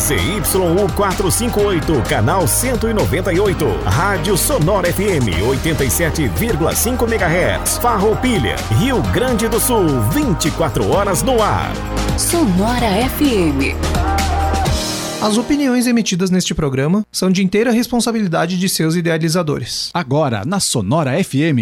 ZYU 458, canal 198. Rádio Sonora FM 87,5 MHz. Farroupilha, Rio Grande do Sul, 24 horas no ar. Sonora FM. As opiniões emitidas neste programa são de inteira responsabilidade de seus idealizadores. Agora, na Sonora FM.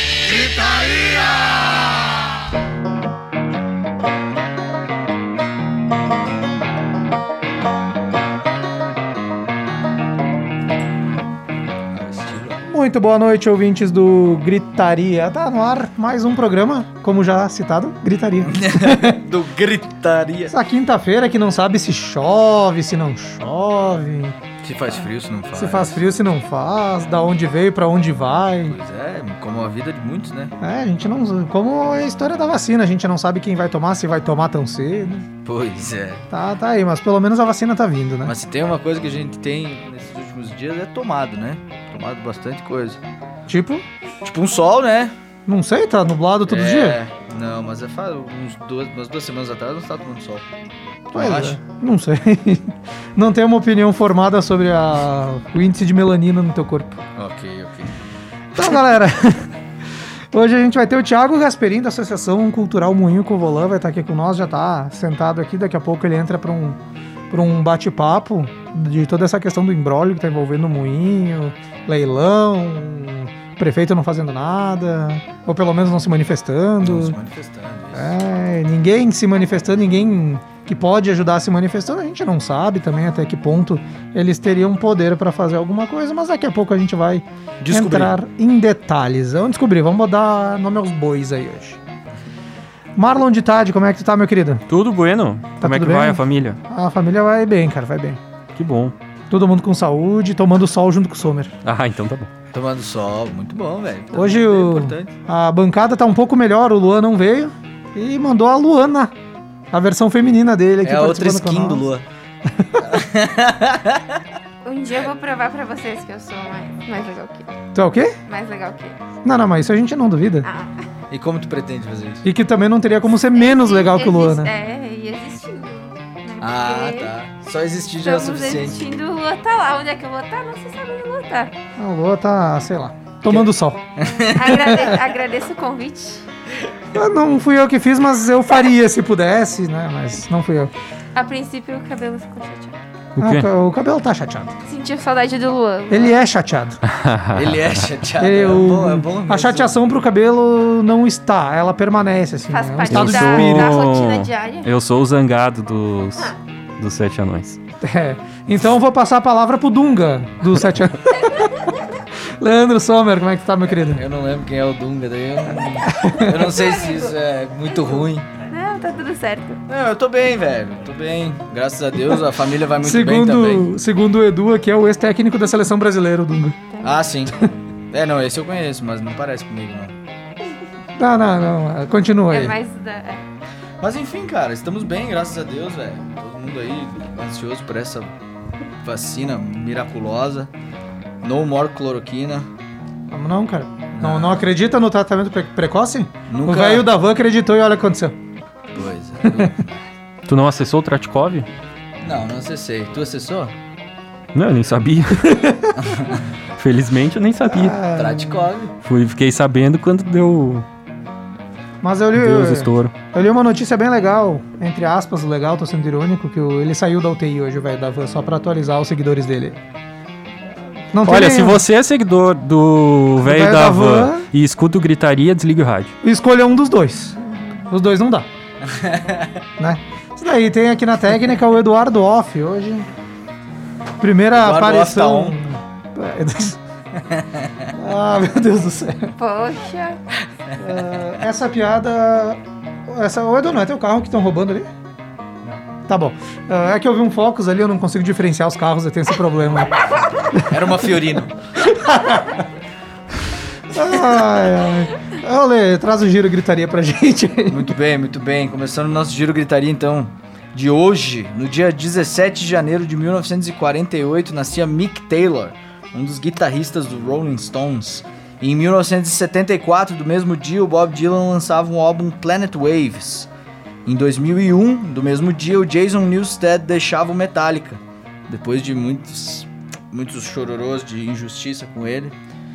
Muito boa noite, ouvintes do Gritaria. Tá no ar mais um programa, como já citado, Gritaria. Do Gritaria. Essa quinta-feira que não sabe se chove, se não chove. Se faz frio, se não faz. Se faz frio, se não faz. Da onde veio, pra onde vai. Pois é, como a vida de muitos, né? É, a gente não... Como a história da vacina, a gente não sabe quem vai tomar, se vai tomar tão cedo. Pois é. Tá aí, mas pelo menos a vacina tá vindo, né? Mas se tem uma coisa que a gente tem nesses últimos dias é tomado, né? Tomado bastante coisa. Tipo um sol, né? Não sei, tá nublado todo dia? Não, mas umas 2 semanas atrás não estava tomando sol. Pois é, não sei. Não tenho uma opinião formada sobre o índice de melanina no teu corpo. Ok. Então, galera, hoje a gente vai ter o Thiago Gasperin, da Associação Cultural Moinho Covolã, vai estar aqui com nós, já tá sentado aqui, daqui a pouco ele entra para um bate-papo de toda essa questão do imbróglio que tá envolvendo o moinho, leilão, prefeito não fazendo nada, ou pelo menos não se manifestando. Não se manifestando, isso. Ninguém se manifestando, ninguém que pode ajudar se manifestando, a gente não sabe também até que ponto eles teriam poder para fazer alguma coisa, mas daqui a pouco a gente vai entrar em detalhes. Vamos descobrir, vamos dar nome aos bois aí hoje. Marlon de Tade, como é que tu tá, meu querido? Tudo bueno. Como é que vai a família? A família vai bem, cara, vai bem. Que bom. Todo mundo com saúde, tomando sol junto com o Sommer. Ah, então tá bom. Tomando sol, muito bom, velho. Hoje a bancada tá um pouco melhor, o Luan não veio e mandou a Luana, a versão feminina dele aqui. É a outra skin do Luan. Um dia eu vou provar pra vocês que eu sou mais legal que ele. Tu é o quê? Mais legal que ele. Não, mas isso a gente não duvida. E como tu pretende fazer isso? E que também não teria como ser menos legal que o Luan, né? E existindo. Né? Tá. Só existir já é o suficiente. Existindo, o Luan tá lá. Onde é que o Luan tá? Não se sabe onde o Luan tá. O Luan tá, sei lá, tomando sol. Agradeço o convite. Não fui eu que fiz, mas eu faria se pudesse, né? Mas não fui eu. A princípio, o cabelo ficou chateado. O quê? O cabelo tá chateado. Sentiu saudade do Luan. Ele é chateado. Ele é chateado. É bom mesmo. A chateação pro cabelo não está, ela permanece, assim. Faz é um parte estado de da espírito. rotina diária. Eu sou o zangado dos 7 anões. Então eu vou passar a palavra pro Dunga, dos 7 anos. Leandro Sommer, como é que tu tá, meu querido? Eu não lembro quem é o Dunga, daí eu não sei se isso é muito ruim. Não, tá tudo certo. Não, eu tô bem, velho. Tô bem. Graças a Deus, a família vai muito bem também. Segundo o Edu, aqui é o ex-técnico da seleção brasileira, o Dunga. Ah, sim. Não, esse eu conheço, mas não parece comigo, não. Não. Continua aí. Mas enfim, cara, estamos bem, graças a Deus, velho. Todo mundo aí ansioso por essa vacina miraculosa. No more cloroquina. Vamos não, cara. Não acredita no tratamento precoce? Nunca. O velho da van acreditou e olha o que aconteceu. Pois é. Tu não acessou o Tratkov? Não acessei. Tu acessou? Não, eu nem sabia. Felizmente eu nem sabia. Tratkov. Fiquei sabendo quando deu... Mas eu li uma notícia bem legal, entre aspas, legal, tô sendo irônico, que ele saiu da UTI hoje, o velho da van, só pra atualizar os seguidores dele. Olha, se você é seguidor do velho da van e escuta o Gritaria, desliga o rádio. Escolha um dos dois. Os dois não dá. Né? Isso daí, tem aqui na técnica o Eduardo Off hoje. Primeira Eduardo aparição. Meu Deus do céu. Poxa. Essa piada... Ô Edu, não é teu carro que estão roubando ali? Tá bom. É que eu vi um Focus ali, eu não consigo diferenciar os carros, eu tenho esse problema. Era uma Fiorino. Olê, traz o Giro Gritaria pra gente. Muito bem. Começando o nosso Giro Gritaria, então, de hoje. No dia 17 de janeiro de 1948, nascia Mick Taylor, um dos guitarristas do Rolling Stones. E em 1974, do mesmo dia, o Bob Dylan lançava um álbum Planet Waves. Em 2001, do mesmo dia, o Jason Newsted deixava o Metallica. depois de muitos chororôs de injustiça com ele.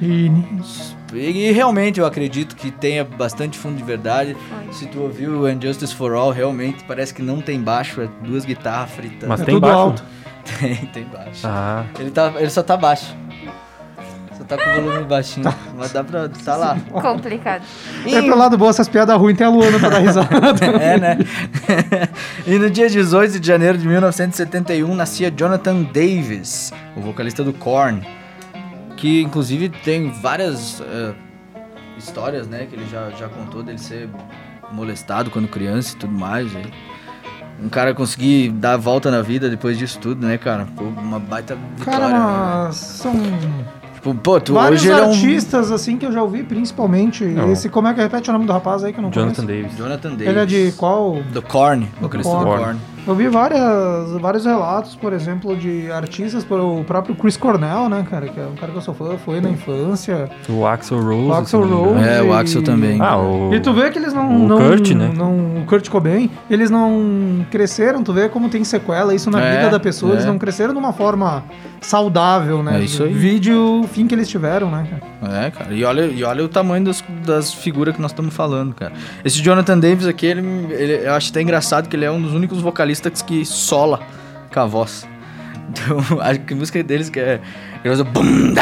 E realmente eu acredito que tenha bastante fundo de verdade. Se tu ouviu o Injustice for All, realmente parece que não tem baixo, é 2 guitarras fritando. Mas tem baixo? Alto. Tem baixo. Ah. Ele só tá baixo. Só tá com o volume baixinho. Mas dá pra... tá lá. Complicado. É pro lado bom, essas piadas ruins tem a Luana pra dar risada. É, né? E no dia 18 de janeiro de 1971 nascia Jonathan Davis, o vocalista do Korn. Que inclusive tem várias histórias, né, que ele já contou dele ser molestado quando criança e tudo mais. Um cara conseguir dar a volta na vida depois disso tudo, né, cara? Pô, uma baita vitória. Cara, mas são... Tipo, pô, vários hoje artistas, assim, que eu já ouvi, principalmente. Não. Esse, como é que repete o nome do rapaz aí que eu não Jonathan conheço? Davis. Jonathan Davis. Ele é de qual? Do Korn, vocalista do Korn. Eu vi vários relatos, por exemplo, de artistas, o próprio Chris Cornell, né, cara, que é um cara que eu sou fã, foi na infância. O Axl Rose. O Axl Rose. É, o Axl também. E tu vê que eles Kurt, né? O Kurt Cobain, eles não cresceram, tu vê como tem sequela isso na vida da pessoa, eles não cresceram de uma forma saudável, né? É isso aí. Vídeo, o fim que eles tiveram, né, cara? É, cara, e olha o tamanho das figuras que nós estamos falando, cara. Esse Jonathan Davis aqui, ele eu acho até engraçado que ele é um dos únicos vocalistas que sola com a voz. Então, acho que a música deles que é... Ele faz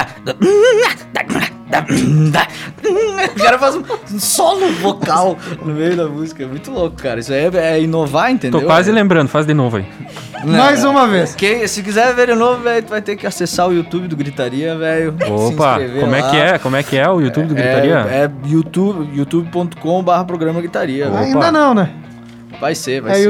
o cara faz um solo vocal no meio da música. É muito louco, cara. Isso aí é inovar, entendeu? Tô quase lembrando, faz de novo aí. Mais uma vez. Se quiser ver de novo, velho, tu vai ter que acessar o YouTube do Gritaria, velho. Opa, como é que é o YouTube do Gritaria? É youtube.com/programa Gritaria. Ainda não, né? Vai ser. É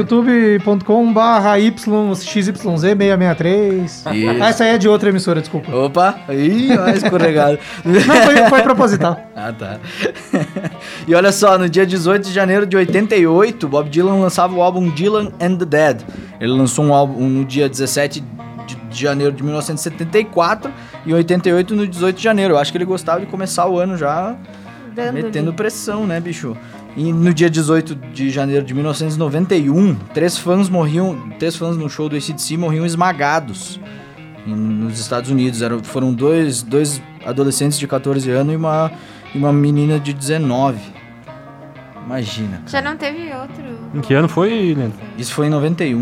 youtube.com/YZ663. Essa aí é de outra emissora, desculpa. Opa, ih, ó, escorregado. Não, foi proposital. Ah, tá. E olha só, no dia 18 de janeiro de 88, Bob Dylan lançava o álbum Dylan and the Dead. Ele lançou um álbum no dia 17 de janeiro de 1974 e 88 no 18 de janeiro. Eu acho que ele gostava de começar o ano já metendo pressão, né, bicho? E no dia 18 de janeiro de 1991, três fãs no show do AC/DC morriam esmagados nos Estados Unidos. Foram dois adolescentes de 14 anos e uma menina de 19. Imagina, cara. Já não teve outro? Em que ano foi, Leandro? Isso foi em 91.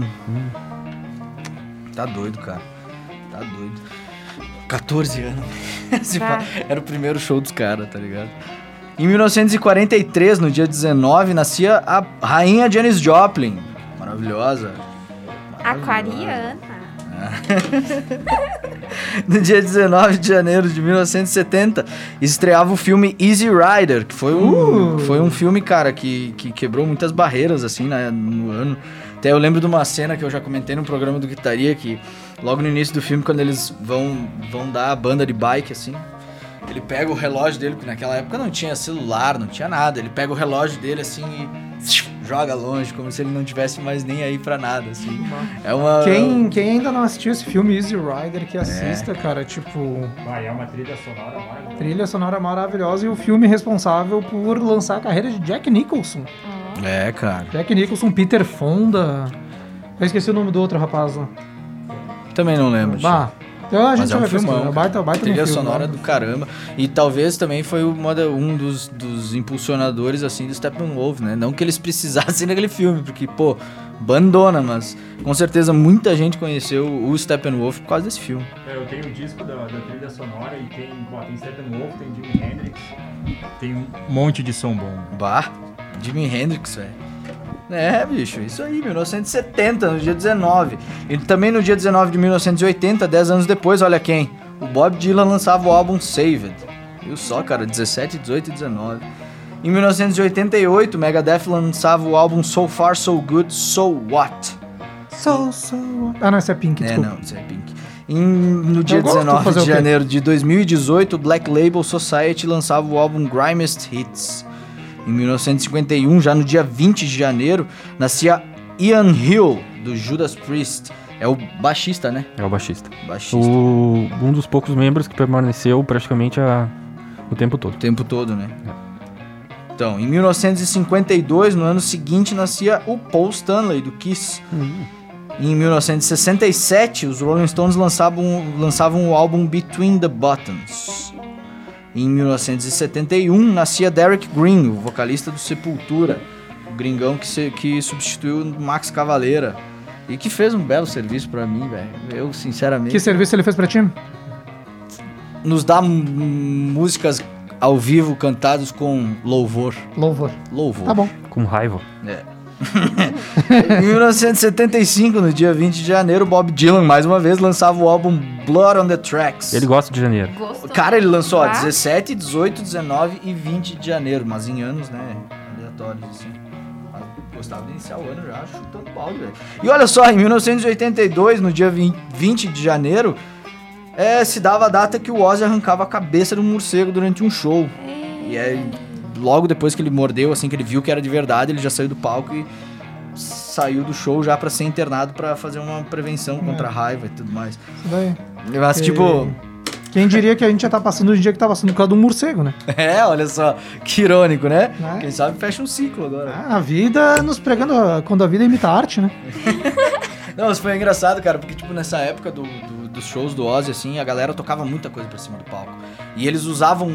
Tá doido, cara. Tá doido. 14 anos. Era o primeiro show dos caras, tá ligado? Em 1943, no dia 19, nascia a rainha Janis Joplin. Maravilhosa. Aquariana. No dia 19 de janeiro de 1970, estreava o filme Easy Rider, que foi um filme, cara, que quebrou muitas barreiras, assim, no ano. Até eu lembro de uma cena que eu já comentei no programa do Guitaria, que logo no início do filme, quando eles vão dar a banda de bike, assim... Ele pega o relógio dele, porque naquela época não tinha celular, não tinha nada. Ele pega o relógio dele assim e joga longe, como se ele não tivesse mais nem aí pra nada, assim. É uma... Quem ainda não assistiu esse filme Easy Rider, que assista, cara, tipo... É uma trilha sonora maravilhosa. Trilha sonora maravilhosa e o filme responsável por lançar a carreira de Jack Nicholson. É, cara. Jack Nicholson, Peter Fonda... Eu esqueci o nome do outro rapaz lá. Também não lembro. Então a gente vai ver filmão, baita trilha filme, sonora do caramba. E talvez também foi um dos impulsionadores, assim, do Steppenwolf, né? Não que eles precisassem daquele filme, porque, pô, bandona, mas com certeza muita gente conheceu o Steppenwolf por causa desse filme. Eu tenho o disco da trilha sonora e tem Steppenwolf, tem Jimi Hendrix, tem um monte de som bom. Jimi Hendrix, velho. É, bicho, isso aí, 1970, no dia 19. E também no dia 19 de 1980, 10 anos depois, olha quem? O Bob Dylan lançava o álbum Saved. Viu só, cara, 17, 18 e 19. Em 1988, Megadeth lançava o álbum So Far So Good, So What? Não, esse é Pink, desculpa. Não, esse é Pink. No dia 19 de janeiro de 2018, Black Label Society lançava o álbum Grimiest Hits. Em 1951, já no dia 20 de janeiro, nascia Ian Hill, do Judas Priest. É o baixista, né? É o baixista. Um dos poucos membros que permaneceu praticamente o tempo todo. O tempo todo, né? Então, em 1952, no ano seguinte, nascia o Paul Stanley, do Kiss. Em 1967, os Rolling Stones lançavam o álbum Between the Buttons. Em 1971, nascia Derek Green, o vocalista do Sepultura, o gringão que substituiu o Max Cavalera e que fez um belo serviço pra mim, velho. Eu, sinceramente... Que serviço ele fez pra ti? Nos dá músicas ao vivo cantadas com louvor. Louvor. Tá bom. Com raiva. Em 1975, no dia 20 de janeiro, Bob Dylan, mais uma vez, lançava o álbum Blood on the Tracks. Ele gosta de janeiro. Cara, ele lançou 17, 18, 19 e 20 de janeiro, mas em anos, né, aleatórios, assim. Gostava de iniciar o ano já, chutando balde, velho. E olha só, em 1982, no dia 20 de janeiro, se dava a data que o Ozzy arrancava a cabeça de um morcego durante um show. E aí, logo depois que ele mordeu, assim, que ele viu que era de verdade, ele já saiu do palco e saiu do show já pra ser internado pra fazer uma prevenção contra a raiva e tudo mais. Isso daí. Mas, tipo... Quem diria que a gente já tá passando o dia que tá passando por causa de um morcego, né? Olha só, que irônico, né? Quem sabe fecha um ciclo agora. A vida nos pregando quando a vida imita a arte, né? Não, mas foi engraçado, cara, porque, tipo, nessa época dos shows do Ozzy, assim, a galera tocava muita coisa pra cima do palco. E eles usavam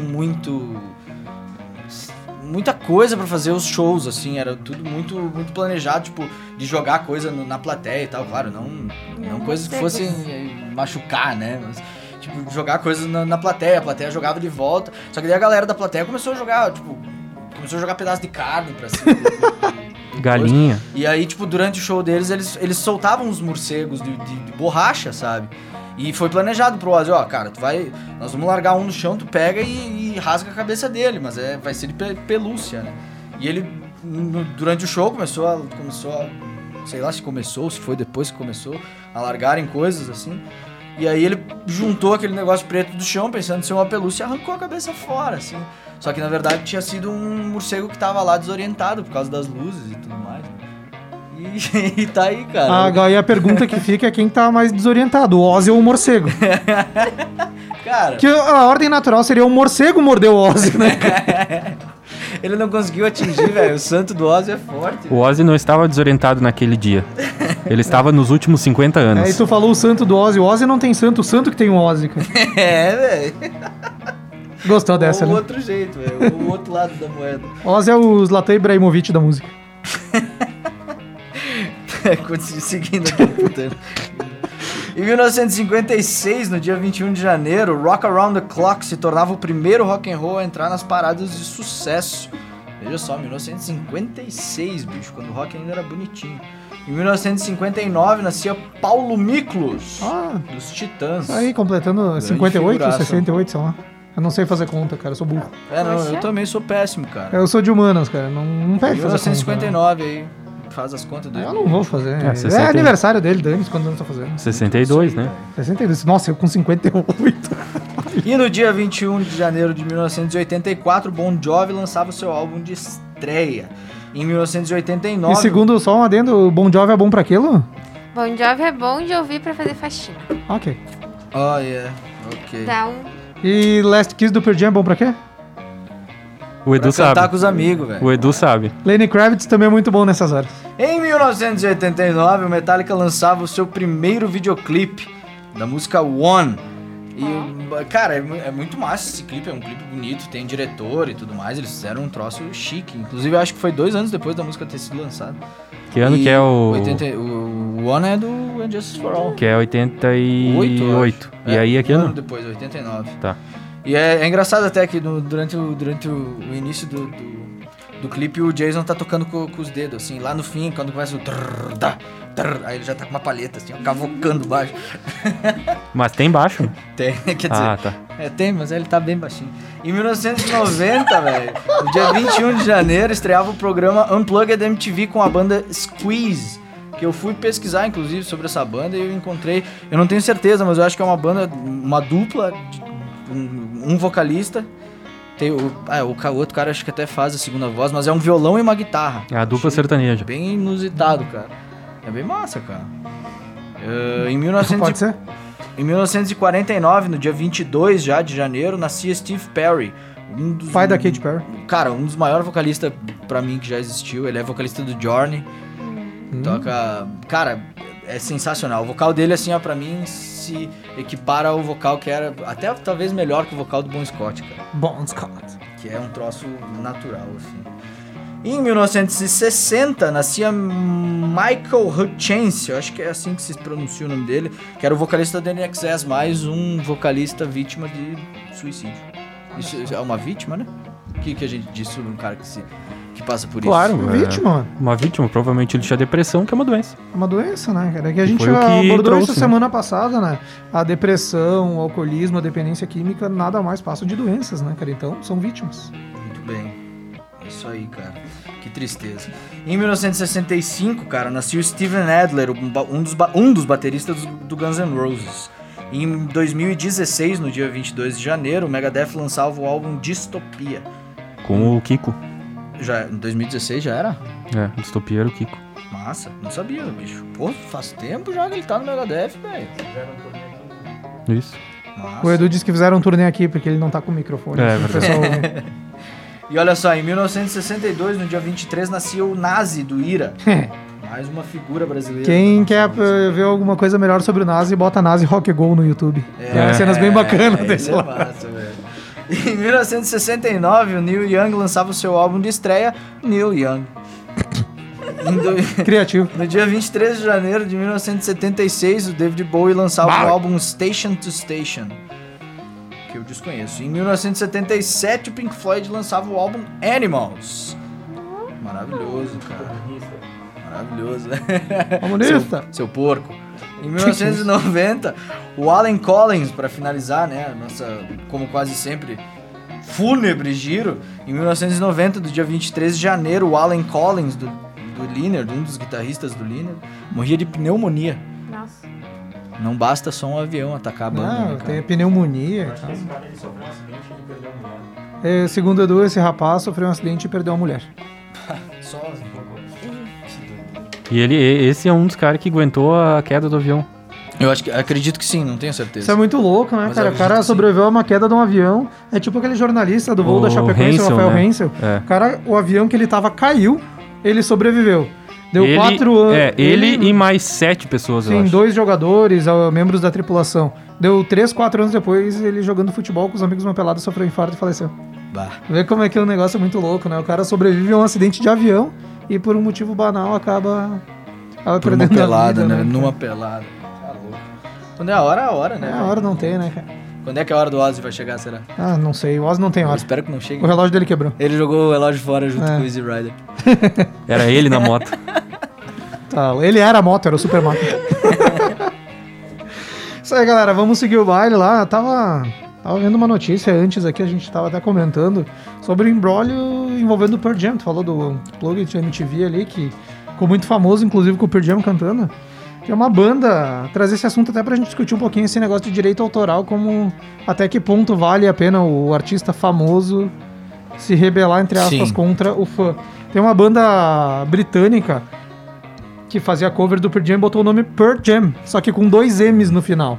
muita coisa pra fazer os shows, assim, era tudo muito, muito planejado, tipo, de jogar coisa na plateia e tal, claro, não coisas que fossem machucar, né, mas, tipo, jogar coisas na plateia, a plateia jogava de volta, só que daí a galera da plateia começou a jogar pedaço de carne pra cima. Galinha. E aí, tipo, durante o show deles, eles soltavam uns morcegos de borracha, sabe? E foi planejado pro Ozzy, cara, nós vamos largar um no chão, tu pega e rasga a cabeça dele, mas vai ser de pelúcia, né? E ele, durante o show, começou a, sei lá se começou, se foi depois que começou, a largarem coisas, assim. E aí ele juntou aquele negócio preto do chão, pensando em ser uma pelúcia, e arrancou a cabeça fora, assim. Só que, na verdade, tinha sido um morcego que tava lá desorientado por causa das luzes e tudo mais. E tá aí, cara. E a pergunta que fica é quem tá mais desorientado, o Ozzy ou o morcego? Cara... Que a ordem natural seria o morcego morder o Ozzy, né? Ele não conseguiu atingir, velho. O santo do Ozzy é forte. O Ozzy não estava desorientado naquele dia. Ele estava nos últimos 50 anos. E tu falou o santo do Ozzy. O Ozzy não tem santo, o santo que tem o Ozzy, cara. Velho. Gostou dessa, né? O outro jeito, velho. O outro lado da moeda. Ozzy é o Zlatan Ibrahimovic da música. Seguindo aqui, puta. Em 1956, no dia 21 de janeiro, Rock Around the Clock se tornava o primeiro rock and roll a entrar nas paradas de sucesso. Veja só, 1956, bicho, quando o rock ainda era bonitinho. Em 1959, nascia Paulo Miklos, dos Titãs. Aí, completando grande 58, figuraça. 68, sei lá. Eu não sei fazer conta, cara, eu sou burro. Eu também sou péssimo, cara. Eu sou de humanas, cara, não pede fazer conta. 1959 aí. Faz as contas dele. Eu não vou fazer. É aniversário dele, Dani, quando eu tô fazendo. 62, né? 62. Nossa, eu com 58. E no dia 21 de janeiro de 1984, Bon Jovi lançava o seu álbum de estreia. Em 1989... E segundo só um adendo, o Bon Jovi é bom pra aquilo? Bon Jovi é bom de ouvir pra fazer faxina. Ok. Oh, yeah. Ok. Dá um... E Last Kiss do Pearl Jam é bom pra quê? O Edu sabe. Cantar com os amigos, velho. O Edu sabe. Lenny Kravitz também é muito bom nessas horas. Em 1989, o Metallica lançava o seu primeiro videoclipe da música One. E, cara, é muito massa esse clipe, é um clipe bonito, tem diretor e tudo mais. Eles fizeram um troço chique. Inclusive, eu acho que foi 2 anos depois da música ter sido lançada. Que ano que é o... O One é do Justice for All. Que é 88. E aí é que ano? Um ano depois, 89. Tá. E é engraçado até que durante o início do clipe o Jason tá tocando com os dedos, assim, lá no fim, quando começa o aí ele já tá com uma palheta, assim, cavocando baixo. Mas tem baixo? Tem, quer dizer, tá. Tem, mas ele tá bem baixinho. Em 1990, velho, no dia 21 de janeiro, estreava o programa Unplugged MTV com a banda Squeeze, que eu fui pesquisar, inclusive, sobre essa banda e eu encontrei, eu não tenho certeza, mas eu acho que é uma banda, uma dupla, um vocalista, tem o outro cara acho que até faz a segunda voz, mas é um violão e uma guitarra. É a dupla sertaneja. Bem inusitado, cara. É bem massa, cara. Pode ser? Em 1949, no dia 22 já de janeiro, nascia Steve Perry. Pai da Katy Perry. Cara, um dos maiores vocalistas pra mim que já existiu. Ele é vocalista do Journey. Toca... Cara, é sensacional. O vocal dele, assim, ó, pra mim, se equipara ao vocal que era até talvez melhor que o vocal do Bon Scott, cara. Bon Scott. Que é um troço natural, assim. Em 1960, nascia Michael Hutchence, eu acho que é assim que se pronuncia o nome dele, que era o vocalista da NXS, mais um vocalista vítima de suicídio. Isso é uma vítima, né? O que a gente diz sobre um cara que passa por claro, isso? Claro, vítima. Uma vítima, provavelmente ele tinha depressão, que é uma doença. É uma doença, né, cara? Que a gente foi o que abordou trouxe, isso semana passada, né? A depressão, o alcoolismo, a dependência química, nada mais passam de doenças, né, cara? Então, são vítimas. Muito bem. É isso aí, cara. Que tristeza. Em 1965, cara, nasceu Steven Adler, um dos bateristas do Guns N' Roses. Em 2016, no dia 22 de janeiro, o Megadeth lançava o álbum Dystopia. Com o Kiko. Já, em 2016 já era? É, Dystopia era o Kiko. Massa, não sabia, bicho. Pô, faz tempo já que ele tá no Megadeth, velho. Isso. Massa. O Edu disse que fizeram um turnê aqui, porque ele não tá com o microfone. É, O verdade. pessoal... E olha só, em 1962, no dia 23, nascia o Nazi do Ira. Mais uma figura brasileira. Quem quer ver alguma coisa melhor sobre o Nazi, bota Nazi Rock Go no YouTube. Tem cenas bem bacanas desse é lá. massa, velho. Em 1969, o Neil Young lançava o seu álbum de estreia, Neil Young. Criativo. No dia 23 de janeiro de 1976, o David Bowie lançava o álbum Station to Station, que eu desconheço. Em 1977, o Pink Floyd lançava o álbum Animals. Maravilhoso, cara. Maravilhoso. Comunista. Seu porco. Em 1990, o Allen Collins, para finalizar, né, nossa, como quase sempre, fúnebre giro. Em 1990, do dia 23 de janeiro, o Allen Collins, do Lynyrd, um dos guitarristas do Lynyrd, morria de pneumonia. Nossa. Não basta só um avião atacar a banda, né, Não, cara? tem pneumonia. Acho que esse cara ele sofreu um acidente e ele perdeu a mulher. Segundo o Edu, esse rapaz sofreu um acidente e perdeu a mulher. Só um pouco. E esse é um dos caras que aguentou a queda do avião. Eu acredito que sim, não tenho certeza. Isso é muito louco, né, Mas cara? eu O cara acredito que sobreviveu a uma queda de um avião. É tipo aquele jornalista do voo da Chapecoense, o Rafael Hensel. É. Cara, o avião que ele tava caiu, ele sobreviveu. Deu 4 anos. Ele e mais 7 pessoas, eu Sim, acho. 2 jogadores, membros da tripulação. Deu 3, 4 anos depois, ele jogando futebol com os amigos numa pelada, sofreu um infarto e faleceu. Bah. Vê como é que o negócio é muito louco, né? O cara sobrevive a um acidente de avião e por um motivo banal acaba Por uma perdendo pelada, a vida, né? né? Numa pelada. Tá louco. Quando é a hora, né? É, a hora não tem, né, cara? Quando é que a hora do Ozzy vai chegar, será? Ah, não sei. O Ozzy não tem Eu hora. espero que não chegue. O relógio dele quebrou. Ele jogou o relógio fora junto É. com o Easy Rider. Era ele na moto. Tá, ele era a moto, era o Super Moto. Isso aí, galera. Vamos seguir o baile lá. Tava vendo uma notícia antes aqui, a gente tava até comentando sobre o imbróglio envolvendo o Pearl Jam. Tu falou do plug de MTV ali, que ficou muito famoso, inclusive com o Pearl Jam cantando. Que é uma banda, trazer esse assunto até pra gente discutir um pouquinho esse negócio de direito autoral, como até que ponto vale a pena o artista famoso se rebelar, entre aspas, Sim. contra o fã. Tem uma banda britânica que fazia cover do Pearl Jam e botou o nome Pearl Jam, só que com 2 M's no final.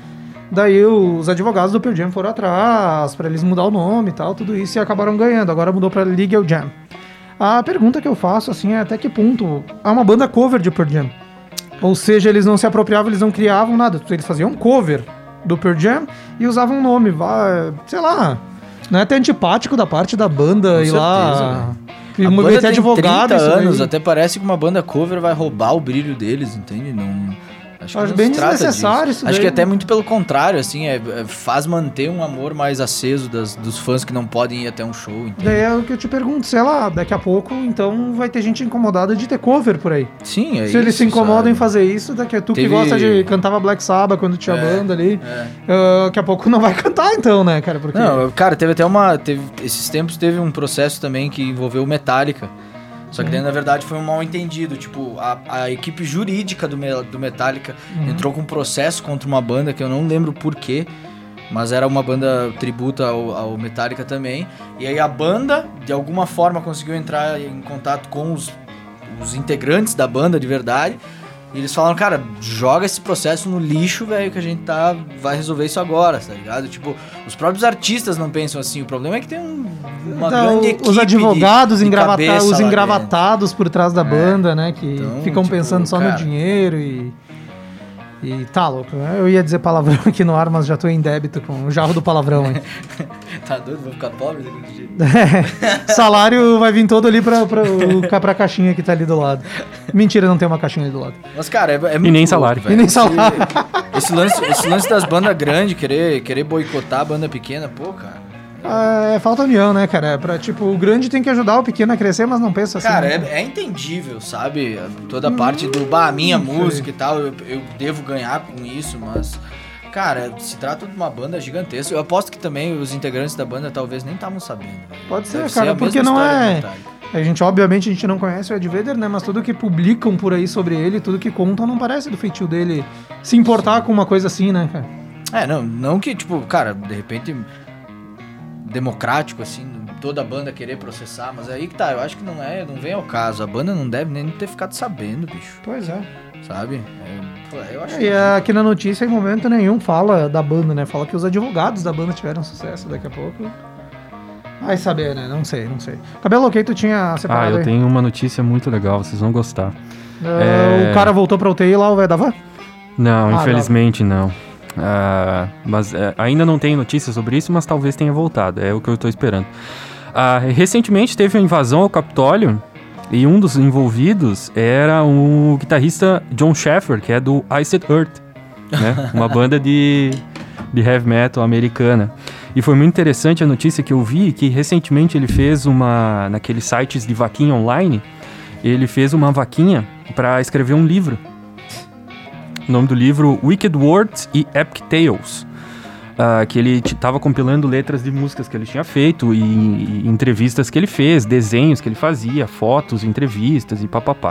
Daí os advogados do Pearl Jam foram atrás pra eles mudar o nome e tal, tudo isso, e acabaram ganhando. Agora mudou pra Legal Jam. A pergunta que eu faço, assim, é até que ponto é uma banda cover de Pearl Jam? Ou seja, eles não se apropriavam, eles não criavam nada. Eles faziam um cover do Pearl Jam e usavam um nome, sei lá. Não é até antipático da parte da banda ir lá e A banda meter tem advogado. 30 isso aí. anos, até parece que uma banda cover vai roubar o brilho deles, entende? Não... Acho Acho não bem se trata desnecessário disso. isso Acho daí, que até né? muito pelo contrário, assim, faz manter um amor mais aceso dos fãs que não podem ir até um show, entende? Daí é o que eu te pergunto, sei lá, daqui a pouco, então vai ter gente incomodada de ter cover por aí. Sim, é Se eles isso, se incomodam sabe? em fazer isso, daqui a tu que Teve- gosta de cantava Black Sabbath quando tinha banda ali, daqui a pouco não vai cantar então, né, cara? Porque Não, cara, teve até esses tempos teve um processo também que envolveu o Metallica. Só que daí, na verdade, foi um mal entendido. Tipo, a equipe jurídica do Metallica entrou com um processo contra uma banda que eu não lembro por quê, mas era uma banda tributa ao Metallica também. E aí a banda, de alguma forma, conseguiu entrar em contato com os integrantes da banda de verdade. E eles falaram, cara, joga esse processo no lixo, velho, que a gente vai resolver isso agora, tá ligado? Tipo, os próprios artistas não pensam assim. O problema é que tem uma então, grande equipe os advogados de cabeça os lá engravatados por trás da banda, né, que Então, ficam tipo, pensando só cara, no dinheiro e E tá louco, né? Eu ia dizer palavrão aqui no ar, mas já tô em débito com o jarro do palavrão, hein? Tá doido? Vou ficar pobre daquele jeito. Salário vai vir todo ali pra caixinha que tá ali do lado. Mentira, não tem uma caixinha ali do lado. Mas, cara, é muito E nem louco, salário. velho. E nem salário. Esse lance das bandas grandes, querer boicotar a banda pequena, pô, cara. É falta união, né, cara? Tipo, o grande tem que ajudar o pequeno a crescer, mas não pensa assim. Cara, né? é entendível, sabe? Toda a parte do minha música e tal, eu devo ganhar com isso, mas... Cara, se trata de uma banda gigantesca. Eu aposto que também os integrantes da banda talvez nem estavam sabendo. Velho. Pode ser, Deve cara, a porque mesma não história do é... Metallica. Obviamente, a gente não conhece o Ed Vedder, né? Mas tudo que publicam por aí sobre ele, tudo que contam, não parece do feitio dele se importar com uma coisa assim, né, cara? Não que, tipo, cara, de repente... democrático, assim, toda a banda querer processar, mas aí que tá, eu acho que não vem ao caso. A banda não deve nem ter ficado sabendo, bicho. Pois é. Sabe? Eu acho E aqui na notícia, em momento nenhum, fala da banda, né? Fala que os advogados da banda tiveram sucesso daqui a pouco. Vai saber, né? Não sei. Cabelo, ok, tu tinha separado eu aí? tenho uma notícia muito legal, vocês vão gostar. O cara voltou pra UTI lá, o velho da van? Não, infelizmente não. Mas ainda não tem notícias sobre isso, mas talvez tenha voltado. É o que eu tô esperando. Recentemente teve uma invasão ao Capitólio e um dos envolvidos era o guitarrista John Shaffer, que é do Iced Earth, né? Uma banda de heavy metal americana. E foi muito interessante a notícia que eu vi, que recentemente ele fez naqueles sites de vaquinha online, ele fez uma vaquinha para escrever um livro. O nome do livro, Wicked Words e Epic Tales, que ele estava compilando letras de músicas que ele tinha feito e entrevistas que ele fez, desenhos que ele fazia, fotos, entrevistas e papapá.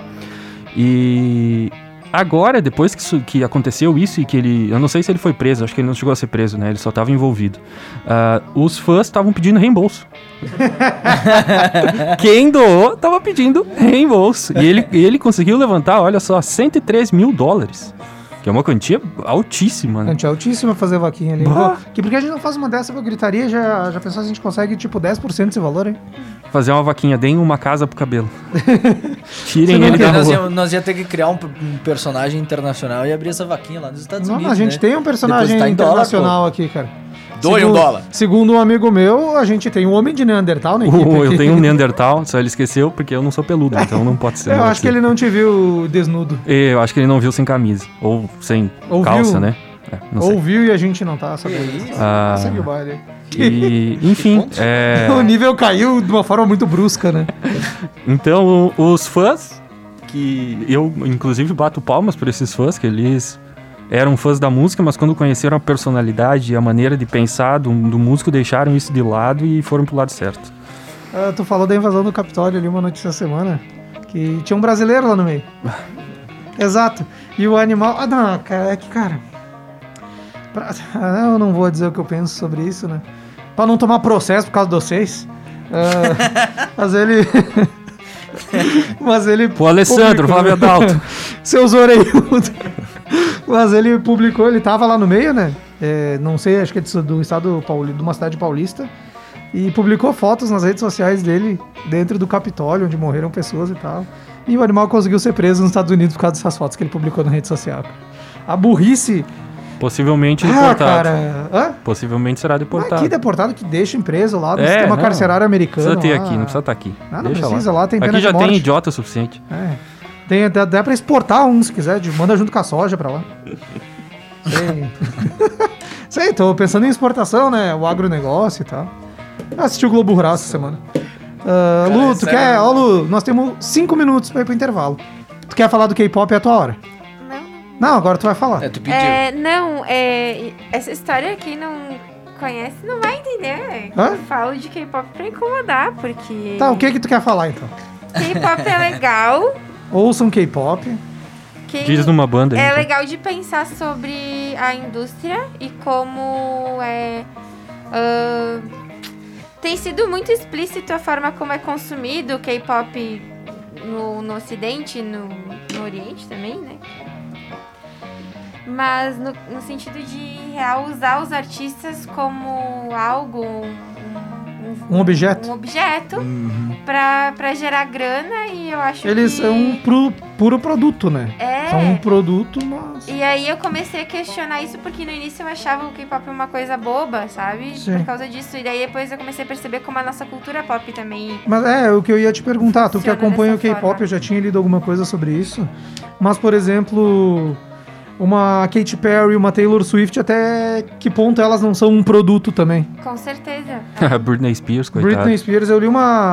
E agora, depois que aconteceu isso e que ele... Eu não sei se ele foi preso, acho que ele não chegou a ser preso, né? Ele só estava envolvido. Os fãs estavam pedindo reembolso. Quem doou estava pedindo reembolso. E ele conseguiu levantar, olha só, $103 mil. Que é uma quantia altíssima, né? Quantia altíssima fazer vaquinha ali. Porque a gente não faz uma dessa pra gritaria, já pensou se a gente consegue, tipo, 10% desse valor, hein? Fazer uma vaquinha, deem uma casa pro cabelo. Tirem ele da rua. Nós ia ter que criar um personagem internacional e abrir essa vaquinha lá nos Estados Unidos, A gente tem um personagem internacional aqui, cara. Doe $1. Segundo um amigo meu, a gente tem um homem de Neandertal na equipe. Eu tenho um Neandertal, só ele esqueceu porque eu não sou peludo, então não pode ser. Eu acho que ele não te viu desnudo. Eu acho que ele não viu sem camisa, ou sem calça, né? Ouviu e a gente não tá sabendo. Segue o baile. E, enfim, o nível caiu de uma forma muito brusca, né? Então, os fãs, que eu inclusive bato palmas por esses fãs, que eles eram fãs da música, mas quando conheceram a personalidade e a maneira de pensar do músico, deixaram isso de lado e foram pro lado certo. Tu falou da invasão do Capitólio ali, uma notícia essa semana, que tinha um brasileiro lá no meio. Exato. E o animal... não, cara, é que, cara... eu não vou dizer o que eu penso sobre isso, né? Pra não tomar processo por causa de vocês. Mas ele... O Alessandro, Flávio Adalto. Seus orelhudos. Mas ele publicou, ele tava lá no meio, né? Não sei, acho que é do estado de uma cidade paulista. E publicou fotos nas redes sociais dele, dentro do Capitólio, onde morreram pessoas e tal. E o animal conseguiu ser preso nos Estados Unidos por causa dessas fotos que ele publicou na rede social. A burrice... Possivelmente deportado. Cara. Possivelmente será deportado. Aqui deportado que deixa preso lá no sistema carcerário americano. Não precisa ter lá. aqui, não precisa estar aqui. Não precisa, lá tem pena aqui de já morte. tem idiota o suficiente. Dá pra exportar um, se quiser. Manda junto com a soja pra lá. Sei, tô pensando em exportação, né? O agronegócio e tal. Assisti o Globo Rural essa semana. Lu, tu quer... Lu, nós temos 5 minutos pra ir pro intervalo. Tu quer falar do K-pop? É a tua hora. Não, agora tu vai falar. Tu pediu. Essa história aqui não conhece, não vai entender. Hã? Eu falo de K-pop pra incomodar, porque... Tá, o que tu quer falar, então? K-pop é legal. Ouçam K-pop. Diz numa banda. É então. legal de pensar sobre a indústria e como tem sido muito explícito a forma como é consumido o K-pop no Ocidente, no Oriente também, né? Mas no sentido de usar os artistas como algo, um Um objeto? Um objeto pra gerar grana e eu acho Eles que... são um puro produto, né? É. São um produto, mas... E aí eu comecei a questionar isso porque no início eu achava o K-pop uma coisa boba, sabe? Sim. Por causa disso. E daí depois eu comecei a perceber como a nossa cultura pop também... Mas o que eu ia te perguntar, tu que Funciona acompanha o dessa K-pop, forma. eu já tinha lido alguma coisa sobre isso, mas, por exemplo, uma Katy Perry, uma Taylor Swift, até que ponto elas não são um produto também? Com certeza. A Britney Spears, coitada. Britney Spears, eu li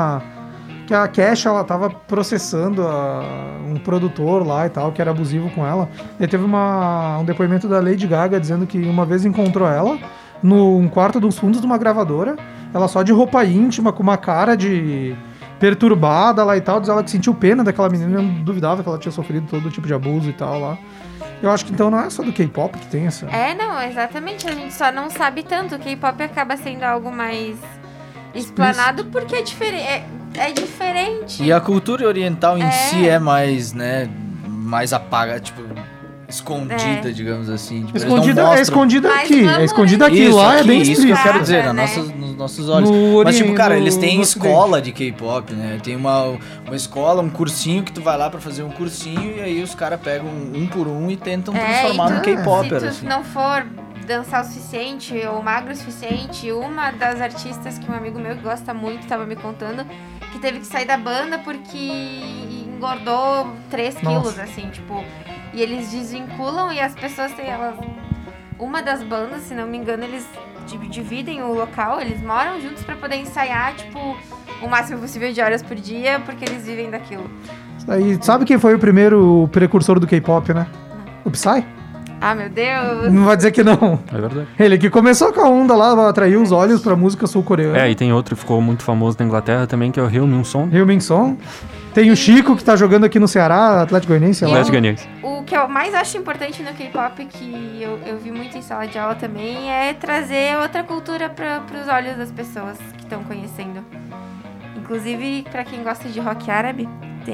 que a Cash, ela tava processando um produtor lá e tal, que era abusivo com ela. E teve um depoimento da Lady Gaga dizendo que uma vez encontrou ela num quarto dos fundos de uma gravadora, ela só de roupa íntima, com uma cara de perturbada lá e tal, diz ela que sentiu pena daquela menina, eu duvidava que ela tinha sofrido todo tipo de abuso e tal lá. Eu acho que então não é só do K-pop que tem essa... Não, exatamente. A gente só não sabe tanto. O K-pop acaba sendo algo mais explanado porque é diferente. É diferente. E a cultura oriental em si é mais, né, mais apaga, tipo, escondida, digamos assim. Tipo, Escondida Mas aqui. vamos, É escondida né? aqui. Isso, Lá é bem isso que eu explícito. quero dizer, né? nos nossos olhos. No Mas, tipo, cara, eles têm no escola de K-pop, né? Tem uma escola, um cursinho que tu vai lá pra fazer um cursinho e aí os caras pegam um por um e tentam transformar num K-popper, Se tu assim. não for dançar o suficiente ou magro o suficiente, uma das artistas que um amigo meu que gosta muito tava me contando que teve que sair da banda porque engordou 3 quilos, assim, tipo... E eles desvinculam e as pessoas têm elas... Uma das bandas, se não me engano, eles dividem o local, eles moram juntos pra poder ensaiar, tipo, o máximo possível de horas por dia, porque eles vivem daquilo. Aí, sabe quem foi o primeiro precursor do K-pop, né? O Psy? Ah, meu Deus! Não vai dizer que não. É verdade. Ele que começou com a onda lá, atraiu os olhos pra música sul-coreana. E tem outro que ficou muito famoso na Inglaterra também, que é o Hyun Min Son. Hyun Min Son. Tem o Chico, que tá jogando aqui no Ceará, Atlético Goianiense. lá. Atlético Goianiense. O que eu mais acho importante no K-pop, que eu vi muito em sala de aula também, é trazer outra cultura para os olhos das pessoas que estão conhecendo. Inclusive, para quem gosta de rock árabe, tem...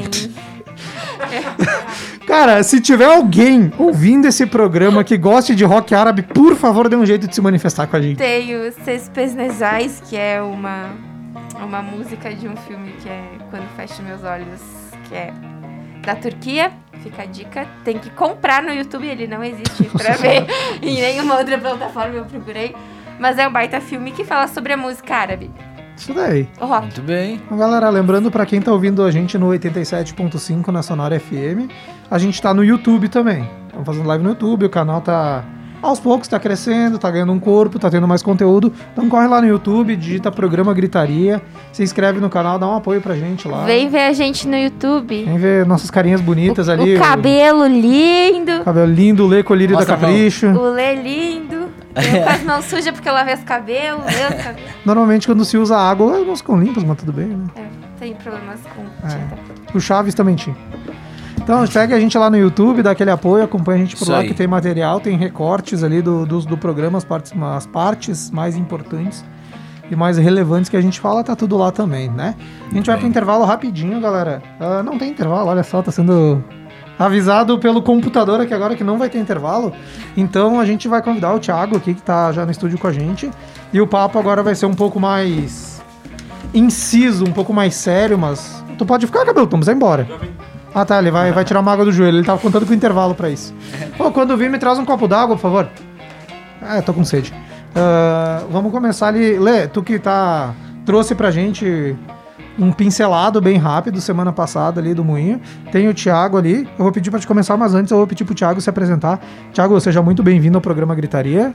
Cara, se tiver alguém ouvindo esse programa que goste de rock árabe, por favor, dê um jeito de se manifestar com a gente. Tem o Ses Pesnezais, que é uma música de um filme que é Quando Fecho Meus Olhos, que é da Turquia. Fica a dica. Tem que comprar no YouTube, ele não existe pra ver em nenhuma outra plataforma, eu procurei. Mas é um baita filme que fala sobre a música árabe. Isso daí. O rock. Muito bem. Então, galera, lembrando pra quem tá ouvindo a gente no 87.5 na Sonora FM, a gente tá no YouTube também. Estamos fazendo live no YouTube, o canal tá... Aos poucos tá crescendo, tá ganhando um corpo, tá tendo mais conteúdo. Então corre lá no YouTube, digita Programa Gritaria, se inscreve no canal, dá um apoio pra gente lá. Vem ver a gente no YouTube. Vem ver nossas carinhas bonitas ali. O cabelo lindo. Cabelo lindo, o Lê Colírio da Mostra a mão. Capricho. O Lê lindo. Eu com as mãos sujas porque eu lavei os cabelos. Meus cabelos. Normalmente quando se usa água, as mãos ficam limpas, mas tudo bem, né? Tem problemas com tinta. O Chaves também tinha. Então segue a gente lá no YouTube, dá aquele apoio, acompanha a gente por Isso lá aí. que tem material, tem recortes ali do programa, as partes mais importantes e mais relevantes que a gente fala, tá tudo lá também, né? A gente vai pro intervalo rapidinho, galera. Não tem intervalo, olha só, tá sendo avisado pelo computador aqui agora que não vai ter intervalo. Então a gente vai convidar o Thiago aqui, que tá já no estúdio com a gente. E o papo agora vai ser um pouco mais inciso, um pouco mais sério, mas... Tu pode ficar, cabelo, vamos embora. Ah, tá, ele vai tirar uma água do joelho. Ele tava contando com intervalo pra isso. Pô, quando vir, me traz um copo d'água, por favor. Tô com sede. Vamos começar ali. Lê, tu que trouxe pra gente um pincelado bem rápido semana passada ali do Moinho. Tem o Thiago ali. Eu vou pedir pra te começar, mas antes eu vou pedir pro Thiago se apresentar. Thiago, seja muito bem-vindo ao programa Gritaria.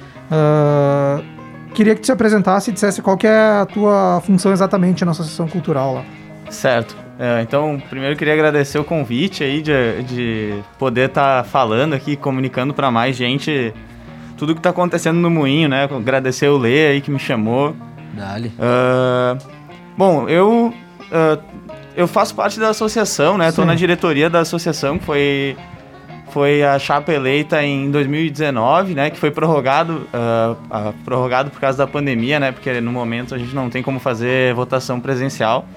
Queria que tu se apresentasse e dissesse qual que é a tua função exatamente na Associação Cultural lá. Certo. Então, primeiro eu queria agradecer o convite aí de poder estar falando aqui, comunicando para mais gente tudo que está acontecendo no Moinho, né? Agradecer o Lê aí que me chamou. Dale. Bom, eu faço parte da associação, né? Estou na diretoria da associação, que foi a chapa eleita em 2019, né? Que foi prorrogado por causa da pandemia, né? Porque no momento a gente não tem como fazer votação presencial.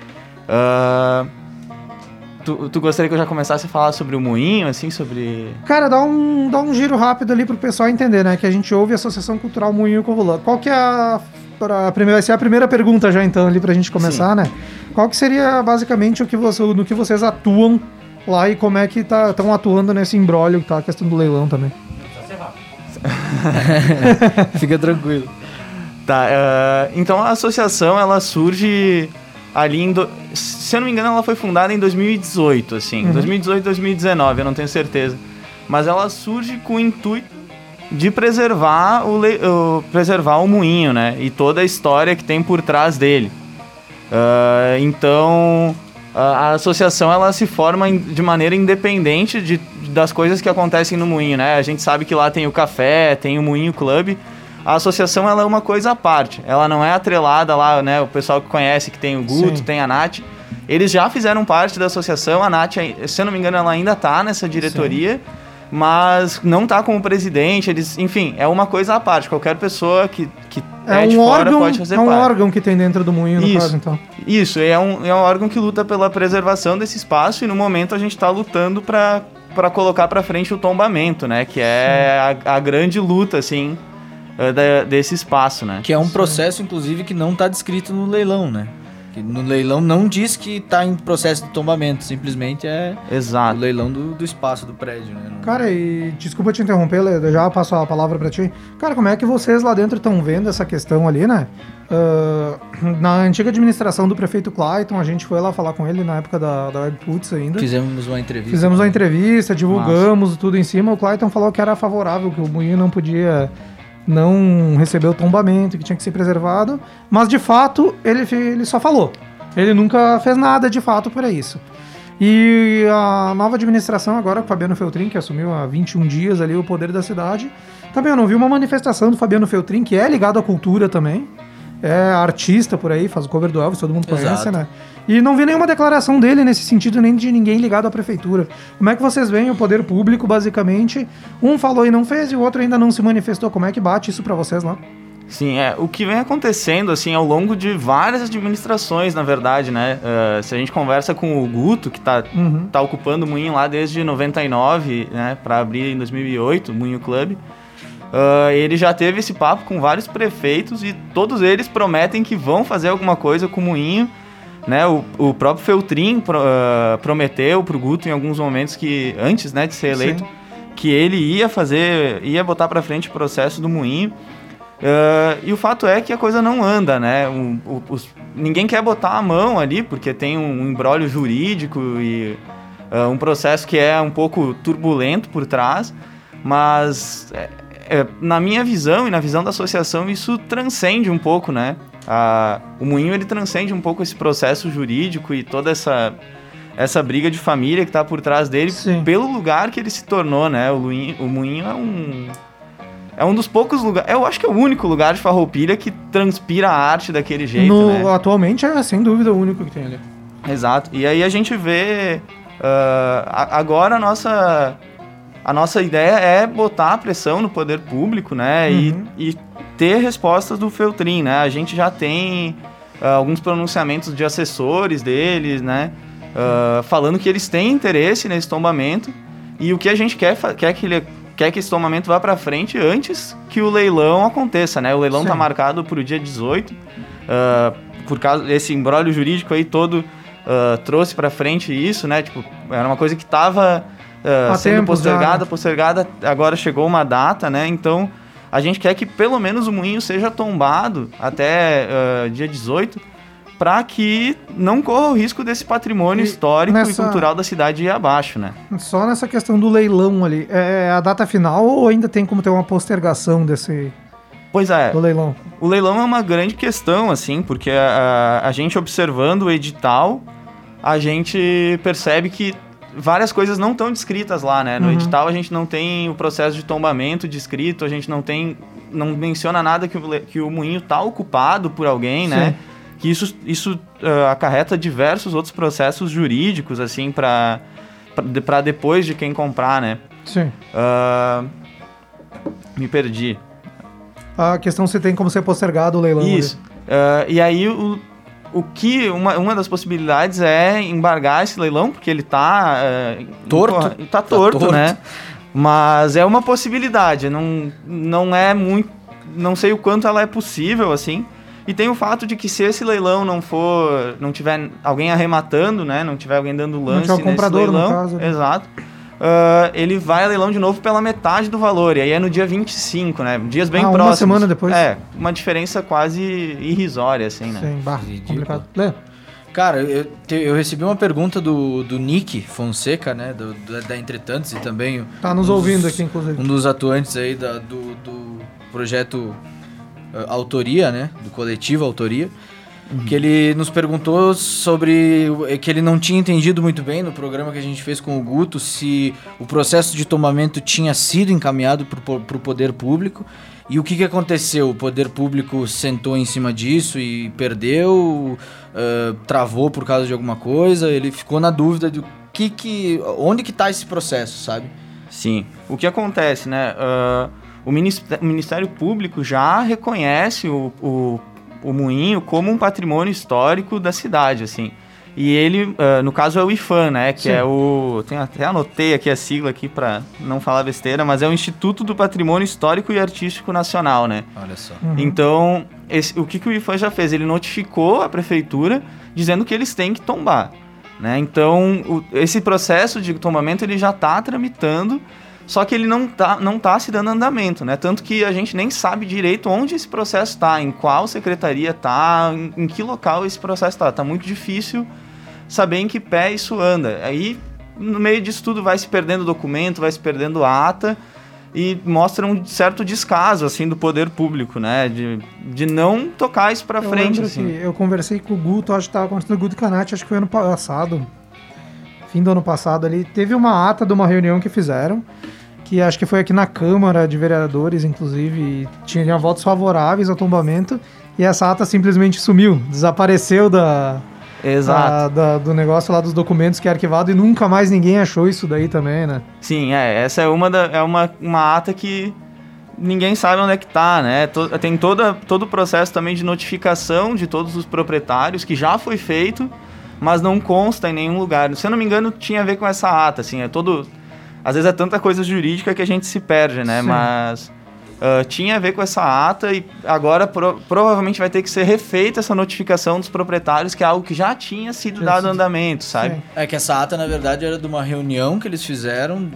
Tu gostaria que eu já começasse a falar sobre o Moinho, assim, sobre... Cara, dá um giro rápido ali pro pessoal entender, né? Que a gente ouve a Associação Cultural Moinho Covolã. Qual que é vai ser a primeira pergunta já então ali pra gente começar, né? Qual que seria basicamente no que vocês atuam lá e como é que estão atuando nesse imbróglio que tá a questão do leilão também? Fica tranquilo. Tá, então a associação, ela surge ali se eu não me engano, ela foi fundada em 2018, assim. 2018, 2019, eu não tenho certeza. Mas ela surge com o intuito de preservar o moinho, né? E toda a história que tem por trás dele. Então, a associação, ela se forma de maneira independente das coisas que acontecem no moinho, né? A gente sabe que lá tem o café, tem o Moinho Club. A associação, ela é uma coisa à parte. Ela não é atrelada lá, né? O pessoal que conhece, que tem o Guto, tem a Nath. Eles já fizeram parte da associação. A Nath, se eu não me engano, ela ainda tá nessa diretoria. Mas não tá como presidente. Enfim, é uma coisa à parte. Qualquer pessoa que de fora pode fazer parte. É um órgão que tem dentro do moinho, no caso, então. Isso, é um órgão que luta pela preservação desse espaço. E no momento a gente tá lutando para colocar para frente o tombamento, né? Que é a grande luta, assim, desse espaço, né? Que é um processo, inclusive, que não está descrito no leilão, né? Que no leilão não diz que está em processo de tombamento, simplesmente é o leilão do espaço do prédio, né? Cara, e desculpa te interromper, eu já passo a palavra para ti. Cara, como é que vocês lá dentro estão vendo essa questão ali, né? Na antiga administração do prefeito Clayton, a gente foi lá falar com ele na época da Webputs ainda. Fizemos uma entrevista. Divulgamos tudo em cima. O Clayton falou que era favorável, que o moinho não podia não receber o tombamento, que tinha que ser preservado. Mas, de fato, ele só falou. Ele nunca fez nada, de fato, para isso. E a nova administração agora, com o Fabiano Feltrin, que assumiu há 21 dias ali o poder da cidade, também eu não vi uma manifestação do Fabiano Feltrin, que é ligado à cultura também. É artista por aí, faz o cover do Elvis, todo mundo conhece, né? E não vi nenhuma declaração dele nesse sentido, nem de ninguém ligado à prefeitura. Como é que vocês veem o poder público, basicamente? Um falou e não fez, e o outro ainda não se manifestou. Como é que bate isso pra vocês lá? Sim, o que vem acontecendo, assim, ao longo de várias administrações, na verdade, né? Se a gente conversa com o Guto, que tá ocupando o Moinho lá desde 99, né? Pra abrir em 2008, o Moinho Club. Ele já teve esse papo com vários prefeitos e todos eles prometem que vão fazer alguma coisa com o Moinho, né? O próprio Feltrin prometeu pro Guto em alguns momentos que, antes, né, de ser eleito, que ele ia botar pra frente o processo do Moinho. E o fato é que a coisa não anda, né? Ninguém quer botar a mão ali, porque tem um imbróglio jurídico e um processo que é um pouco turbulento por trás, mas na minha visão e na visão da associação, isso transcende um pouco, né? O Moinho, ele transcende um pouco esse processo jurídico e toda essa briga de família que está por trás dele, pelo lugar que ele se tornou, né? O Moinho é um dos poucos lugares, eu acho que é o único lugar de Farroupilha que transpira a arte daquele jeito, né? Atualmente é, sem dúvida, o único que tem ali. Exato. E aí a gente vê... agora a nossa ideia é botar a pressão no poder público, né? E ter respostas do Feltrin, né? A gente já tem alguns pronunciamentos de assessores deles, né? Falando que eles têm interesse nesse tombamento. E o que a gente quer que esse tombamento vá para frente antes que o leilão aconteça, né? O leilão está marcado para o dia 18. Por causa desse imbróglio jurídico aí todo, trouxe para frente isso, né? Tipo, era uma coisa que estava... sendo postergada, agora chegou uma data, né? Então, a gente quer que pelo menos o moinho seja tombado até dia 18, para que não corra o risco desse patrimônio histórico e cultural da cidade ir abaixo, né? Só nessa questão do leilão ali, é a data final ou ainda tem como ter uma postergação desse... Pois é. Do leilão? O leilão é uma grande questão, assim, porque a gente observando o edital, a gente percebe que várias coisas não estão descritas lá, né? No edital a gente não tem o processo de tombamento descrito, a gente não menciona nada que o moinho está ocupado por alguém, né? Que isso acarreta diversos outros processos jurídicos, assim, para depois de quem comprar, né? Sim. Me perdi. A questão se tem como ser postergado o leilão. Isso. E aí uma das possibilidades é embargar esse leilão, porque ele tá torto. Tá torto, né? Mas é uma possibilidade, não é muito... Não sei o quanto ela é possível, assim, E tem o fato de que se esse leilão não tiver alguém arrematando, né, não tiver alguém dando lance tiver o comprador, nesse leilão, no caso, né? exato, ele vai a leilão de novo pela metade do valor, e aí é no dia 25, né, dias bem próximos. Uma semana depois. Uma diferença quase irrisória, assim, né. Sim, complicado. Lê. Cara, eu recebi uma pergunta do Nick Fonseca, né, da Entretantos, e também... Tá nos ouvindo aqui, inclusive. Um dos atuantes aí do projeto Autoria, né, do coletivo Autoria, que ele nos perguntou sobre... que ele não tinha entendido muito bem no programa que a gente fez com o Guto, se o processo de tombamento tinha sido encaminhado para o poder público. E o que aconteceu? O poder público sentou em cima disso e perdeu, travou por causa de alguma coisa, ele ficou na dúvida de onde que tá esse processo, sabe? Sim. O que acontece, né? O Ministério Público já reconhece o moinho como um patrimônio histórico da cidade, assim. E ele, no caso, é o IPHAN, né? Que é até anotei aqui a sigla aqui para não falar besteira, mas é o Instituto do Patrimônio Histórico e Artístico Nacional, né? Olha só. Então, o que o IPHAN já fez? Ele notificou a prefeitura dizendo que eles têm que tombar, né? Então, esse processo de tombamento ele já está tramitando, só que ele não tá se dando andamento, né? Tanto que a gente nem sabe direito onde esse processo está, em qual secretaria está, em que local esse processo está. Tá muito difícil saber em que pé isso anda. Aí, no meio disso tudo, vai se perdendo documento, vai se perdendo ata, e mostra um certo descaso, assim, do poder público, né? De não tocar isso pra frente, assim. Eu conversei com o Guto, acho que estava conversando com o Guto Canati, acho que foi ano passado, fim do ano passado ali, teve uma ata de uma reunião que fizeram, que acho que foi aqui na Câmara de Vereadores, inclusive, e tinha votos favoráveis ao tombamento, e essa ata simplesmente sumiu, desapareceu do negócio lá dos documentos que é arquivado, e nunca mais ninguém achou isso daí também, né? Sim, essa é uma ata que ninguém sabe onde é que tá, né? Tem todo o processo também de notificação de todos os proprietários, que já foi feito, mas não consta em nenhum lugar. Se eu não me engano, tinha a ver com essa ata, assim, às vezes é tanta coisa jurídica que a gente se perde, né? Sim. Mas tinha a ver com essa ata, e agora provavelmente vai ter que ser refeita essa notificação dos proprietários, que é algo que já tinha sido dado andamento, sabe? Sim. É que essa ata, na verdade, era de uma reunião que eles fizeram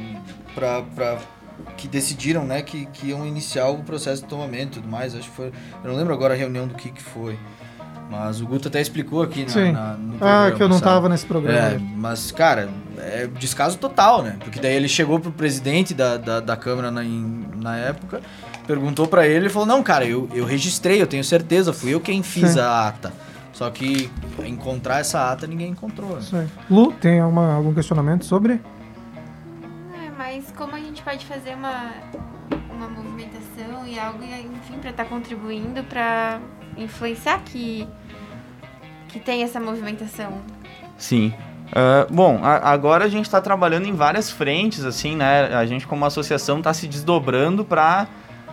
que decidiram, né, que iam iniciar o processo de tomamento e tudo mais. Acho que foi... Eu não lembro agora a reunião do que foi. Mas o Guto até explicou aqui no programa. Que eu não tava nesse programa. Mas, cara, é descaso total, né? Porque daí ele chegou pro presidente da Câmara na época, perguntou pra ele e falou, não, cara, eu registrei, eu tenho certeza, fui eu quem fiz a ata. Só que encontrar essa ata ninguém encontrou. Né? Lu, tem algum questionamento sobre? Mas como a gente pode fazer uma movimentação e algo, enfim, pra estar contribuindo pra influenciar que tem essa movimentação? Sim. Bom, agora a gente está trabalhando em várias frentes, assim, né? A gente, como associação, está se desdobrando para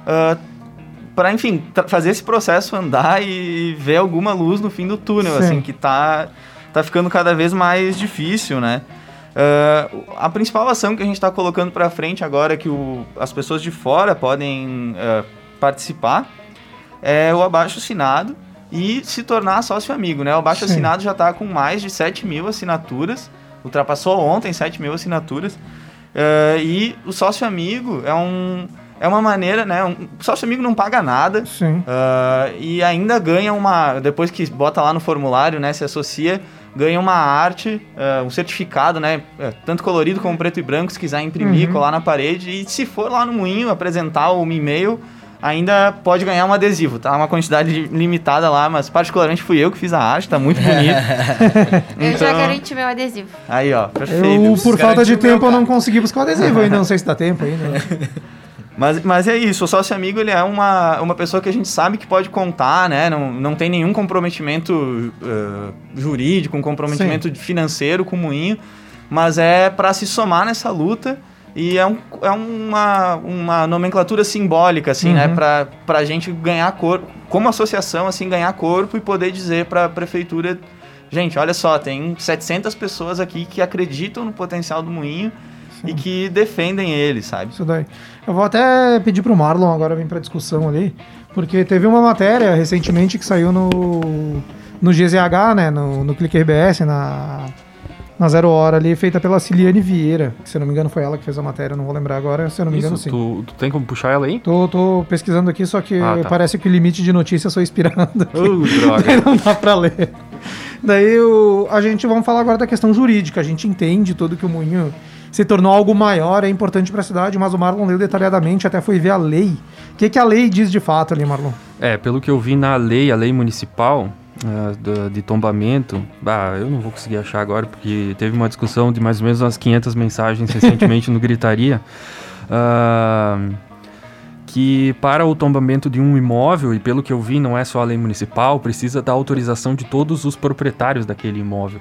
enfim, fazer esse processo andar e ver alguma luz no fim do túnel, assim, que tá ficando cada vez mais difícil, né? A principal ação que a gente está colocando para frente agora, que as pessoas de fora podem participar, é o abaixo-assinado e se tornar sócio-amigo, né? O abaixo-assinado já está com mais de 7.000 assinaturas, ultrapassou ontem 7.000 assinaturas, e o sócio-amigo é uma maneira, né? O sócio-amigo não paga nada, e ainda ganha depois que bota lá no formulário, né? Se associa, ganha uma arte, um certificado, né? Tanto colorido como preto e branco, se quiser imprimir, colar na parede, e se for lá no moinho apresentar um e-mail, ainda pode ganhar um adesivo, tá? Uma quantidade limitada lá, mas particularmente fui eu que fiz a arte, tá muito bonito. Eu já garanti meu adesivo. Aí, ó, perfeito. Por falta de tempo, eu não consegui buscar o adesivo ainda, não sei se dá tempo ainda. Mas é isso, o sócio-amigo, ele é uma pessoa que a gente sabe que pode contar, né? Não tem nenhum comprometimento jurídico, um comprometimento financeiro com o moinho, mas é para se somar nessa luta. E é uma nomenclatura simbólica, assim, né? Pra gente ganhar corpo, como associação, assim, ganhar corpo e poder dizer pra prefeitura, gente, olha só, tem 700 pessoas aqui que acreditam no potencial do moinho e que defendem ele, sabe? Isso daí. Eu vou até pedir pro Marlon agora vir pra discussão ali, porque teve uma matéria recentemente que saiu no GZH, né, no Clique RBS, na 0 Hora ali, feita pela Ciliane Vieira, que se eu não me engano foi ela que fez a matéria, não vou lembrar agora, se eu não me engano sim. Tu tem como puxar ela aí? Tô pesquisando aqui, só que tá. parece que o limite de notícias foi expirando aqui. Droga. Daí não dá pra ler. Daí a gente vamos falar agora da questão jurídica, a gente entende tudo que o Moinho se tornou algo maior, é importante para a cidade, mas o Marlon leu detalhadamente, até foi ver a lei. O que a lei diz de fato ali, Marlon? Pelo que eu vi na lei, a lei municipal de tombamento, eu não vou conseguir achar agora, porque teve uma discussão de mais ou menos umas 500 mensagens recentemente no Gritaria, que para o tombamento de um imóvel, e pelo que eu vi não é só a lei municipal, precisa da autorização de todos os proprietários daquele imóvel.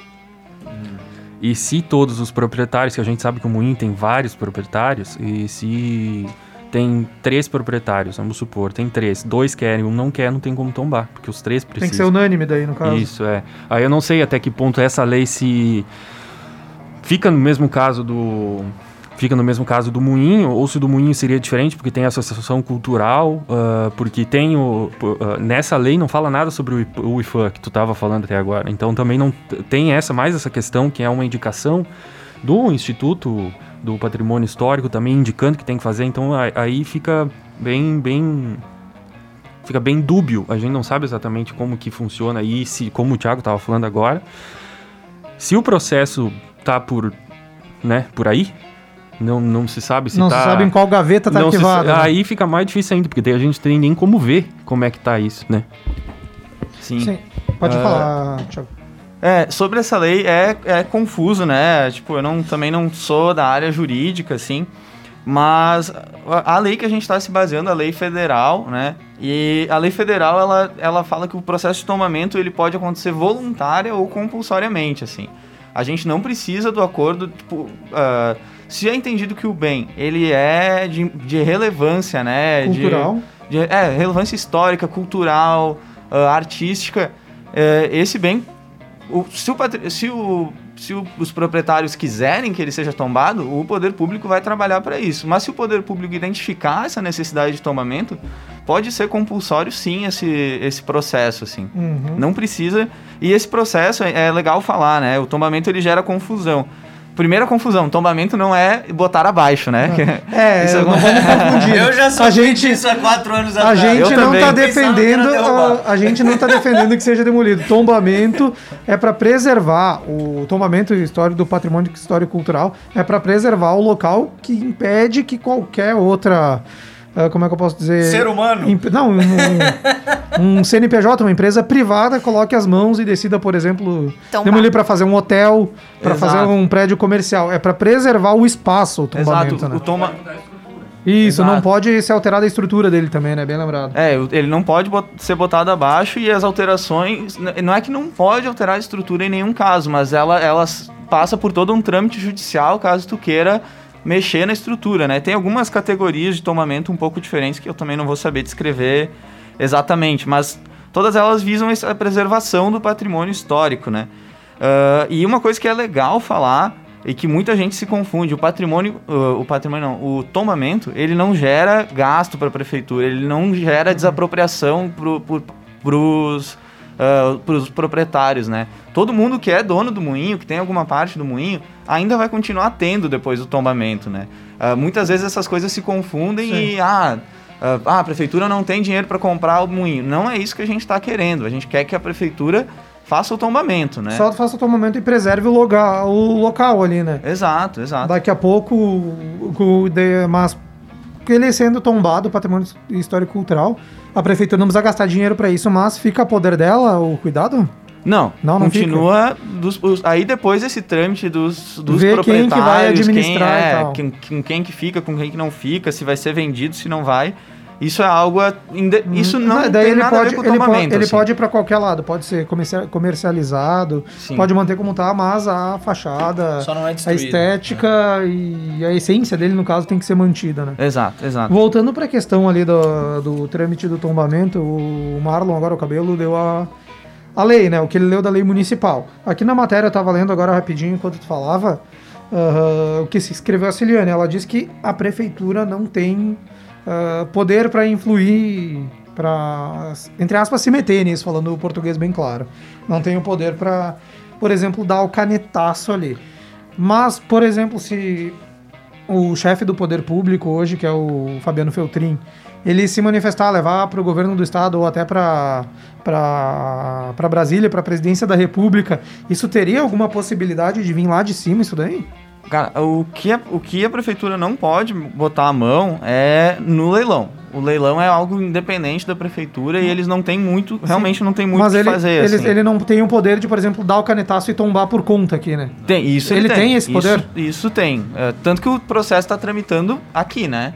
E se todos os proprietários, que a gente sabe que o Moinho tem vários proprietários, e se tem 3 proprietários, vamos supor, tem 3, 2 querem, um não quer, não tem como tombar, porque os 3 precisam. Tem que ser unânime daí, no caso. Isso, Aí eu não sei até que ponto essa lei se fica no mesmo caso do Moinho, ou se do Moinho seria diferente, porque tem a associação cultural, porque tem nessa lei não fala nada sobre o IFAM, que tu estava falando até agora. Então também não tem mais essa questão, que é uma indicação do Instituto do Patrimônio Histórico, também indicando que tem que fazer. Então aí fica bem dúbio. A gente não sabe exatamente como que funciona, e como o Thiago estava falando agora, se o processo tá por aí, não se sabe se não se sabe em qual gaveta tá arquivado. Né? Aí fica mais difícil ainda, porque daí a gente tem nem como ver como é que tá isso, né? Sim. Pode falar, Thiago. Sobre essa lei é confuso, né? Tipo, eu também não sou da área jurídica, assim, mas a lei que a gente está se baseando, a lei federal, né? E a lei federal, ela fala que o processo de tombamento ele pode acontecer voluntária ou compulsoriamente, assim. A gente não precisa do acordo, tipo... se é entendido que o bem, ele é de relevância, né? Cultural. Relevância histórica, cultural, artística. Esse bem, se os proprietários quiserem que ele seja tombado, o poder público vai trabalhar para isso. Mas se o poder público identificar essa necessidade de tombamento, pode ser compulsório sim esse processo, assim. Uhum. Não precisa... E esse processo, é legal falar, né? O tombamento, ele gera confusão. Primeira confusão, tombamento não é botar abaixo, né? Isso não vamos confundir. Eu já sofri isso há 4 anos atrás. A gente não tá defendendo que seja demolido. Tombamento é para preservar o tombamento histórico do patrimônio histórico cultural, é para preservar o local que impede que qualquer outra... como é que eu posso dizer? Ser humano. Um CNPJ, uma empresa privada, coloque as mãos e decida, por exemplo, demolir para fazer um hotel, para fazer um prédio comercial. É para preservar o espaço, o tombamento. Exato. Né? Isso, não pode ser alterada a estrutura dele também, né? Bem lembrado. Ele não pode ser botado abaixo, e as alterações... Não é que não pode alterar a estrutura em nenhum caso, mas ela passa por todo um trâmite judicial, caso tu queira mexer na estrutura, né? Tem algumas categorias de tombamento um pouco diferentes que eu também não vou saber descrever exatamente, mas todas elas visam a preservação do patrimônio histórico, né? E uma coisa que é legal falar e que muita gente se confunde, o tombamento, ele não gera gasto para a prefeitura, ele não gera desapropriação pros proprietários, né? Todo mundo que é dono do moinho, que tem alguma parte do moinho, ainda vai continuar tendo depois do tombamento, né? Muitas vezes essas coisas se confundem. Sim. E a prefeitura não tem dinheiro para comprar o moinho. Não é isso que a gente está querendo. A gente quer que a prefeitura faça o tombamento, né? Só faça o tombamento e preserve o local ali, né? Exato. Daqui a pouco, mas ele sendo tombado, o patrimônio histórico cultural, a prefeitura não precisa gastar dinheiro para isso, mas fica a poder dela o cuidado? Não continua. Aí depois esse trâmite dos proprietários, quem que vai administrar e tal. Quem que fica, com quem que não fica, se vai ser vendido, se não vai. Isso é algo... Isso não tem nada a ver com o tombamento. Ele pode ir para qualquer lado, pode ser comercializado, sim, pode manter como tá, mas a fachada, só não é a estética e a essência dele, no caso, tem que ser mantida, né? Exato. Voltando para a questão ali do trâmite do tombamento, o Marlon, agora o Cabelo, deu a lei, né? O que ele leu da lei municipal. Aqui na matéria, eu tava lendo agora rapidinho enquanto tu falava, o que se escreveu a Ciliane. Ela diz que a prefeitura não tem poder para influir, para, entre aspas, se meter nisso, falando o português bem claro. Não tem o poder para, por exemplo, dar o canetaço ali. Mas, por exemplo, se o chefe do poder público hoje, que é o Fabiano Feltrin, ele se manifestar, levar para o governo do estado ou até para Brasília, para a presidência da República, isso teria alguma possibilidade de vir lá de cima isso daí? Cara, o que a prefeitura não pode botar a mão é no leilão. O leilão é algo independente da prefeitura e eles não têm muito, realmente não tem muito o que fazer. Mas assim. ele não tem o poder de, por exemplo, dar o canetaço e tombar por conta aqui, né? Tem, isso ele tem esse poder? Isso tem. Tanto que o processo está tramitando aqui, né?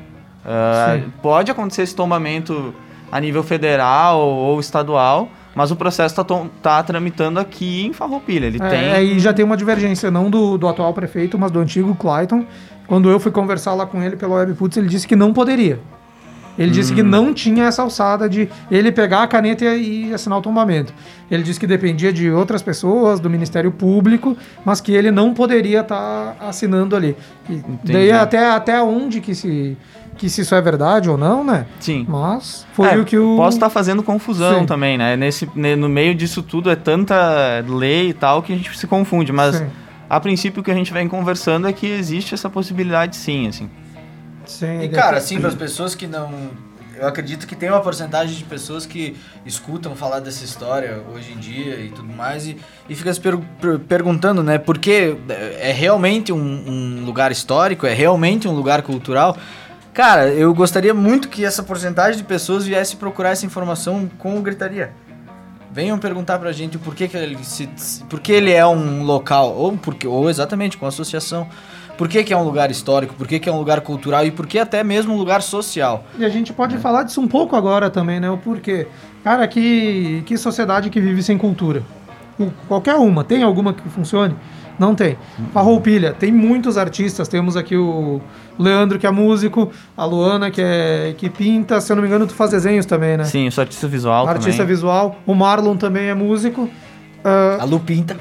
Pode acontecer esse tombamento a nível federal ou estadual, mas o processo está tramitando aqui em Farroupilha. E já tem uma divergência, não do atual prefeito, mas do antigo Clayton. Quando eu fui conversar lá com ele pela Webputs, ele disse que não poderia. Ele disse que não tinha essa alçada de ele pegar a caneta e assinar o tombamento. Ele disse que dependia de outras pessoas, do Ministério Público, mas que ele não poderia estar assinando ali. E daí até onde que se isso é verdade ou não, né? Sim. Mas foi o que o... Posso estar fazendo confusão também, né? No meio disso tudo é tanta lei e tal que a gente se confunde, mas a princípio o que a gente vem conversando é que existe essa possibilidade sim, assim. Sim, e cara, assim, para as pessoas que não... Eu acredito que tem uma porcentagem de pessoas que escutam falar dessa história hoje em dia e tudo mais e fica se perguntando, né? Porque é realmente um lugar histórico, é realmente um lugar cultural. Cara, eu gostaria muito que essa porcentagem de pessoas viesse procurar essa informação com o Gritaria. Venham perguntar pra gente o porquê que ele é um local, ou exatamente com a associação. Por que é um lugar histórico, por que é um lugar cultural e por que até mesmo um lugar social. E a gente pode falar disso um pouco agora também, né? O porquê. Cara, que sociedade que vive sem cultura? Qualquer uma. Tem alguma que funcione? Não tem. Farroupilha, tem muitos artistas. Temos aqui o Leandro, que é músico, a Luana, que pinta. Se eu não me engano, tu faz desenhos também, né? Sim, eu sou artista visual também. Artista visual. O Marlon também é músico. A Lu pinta.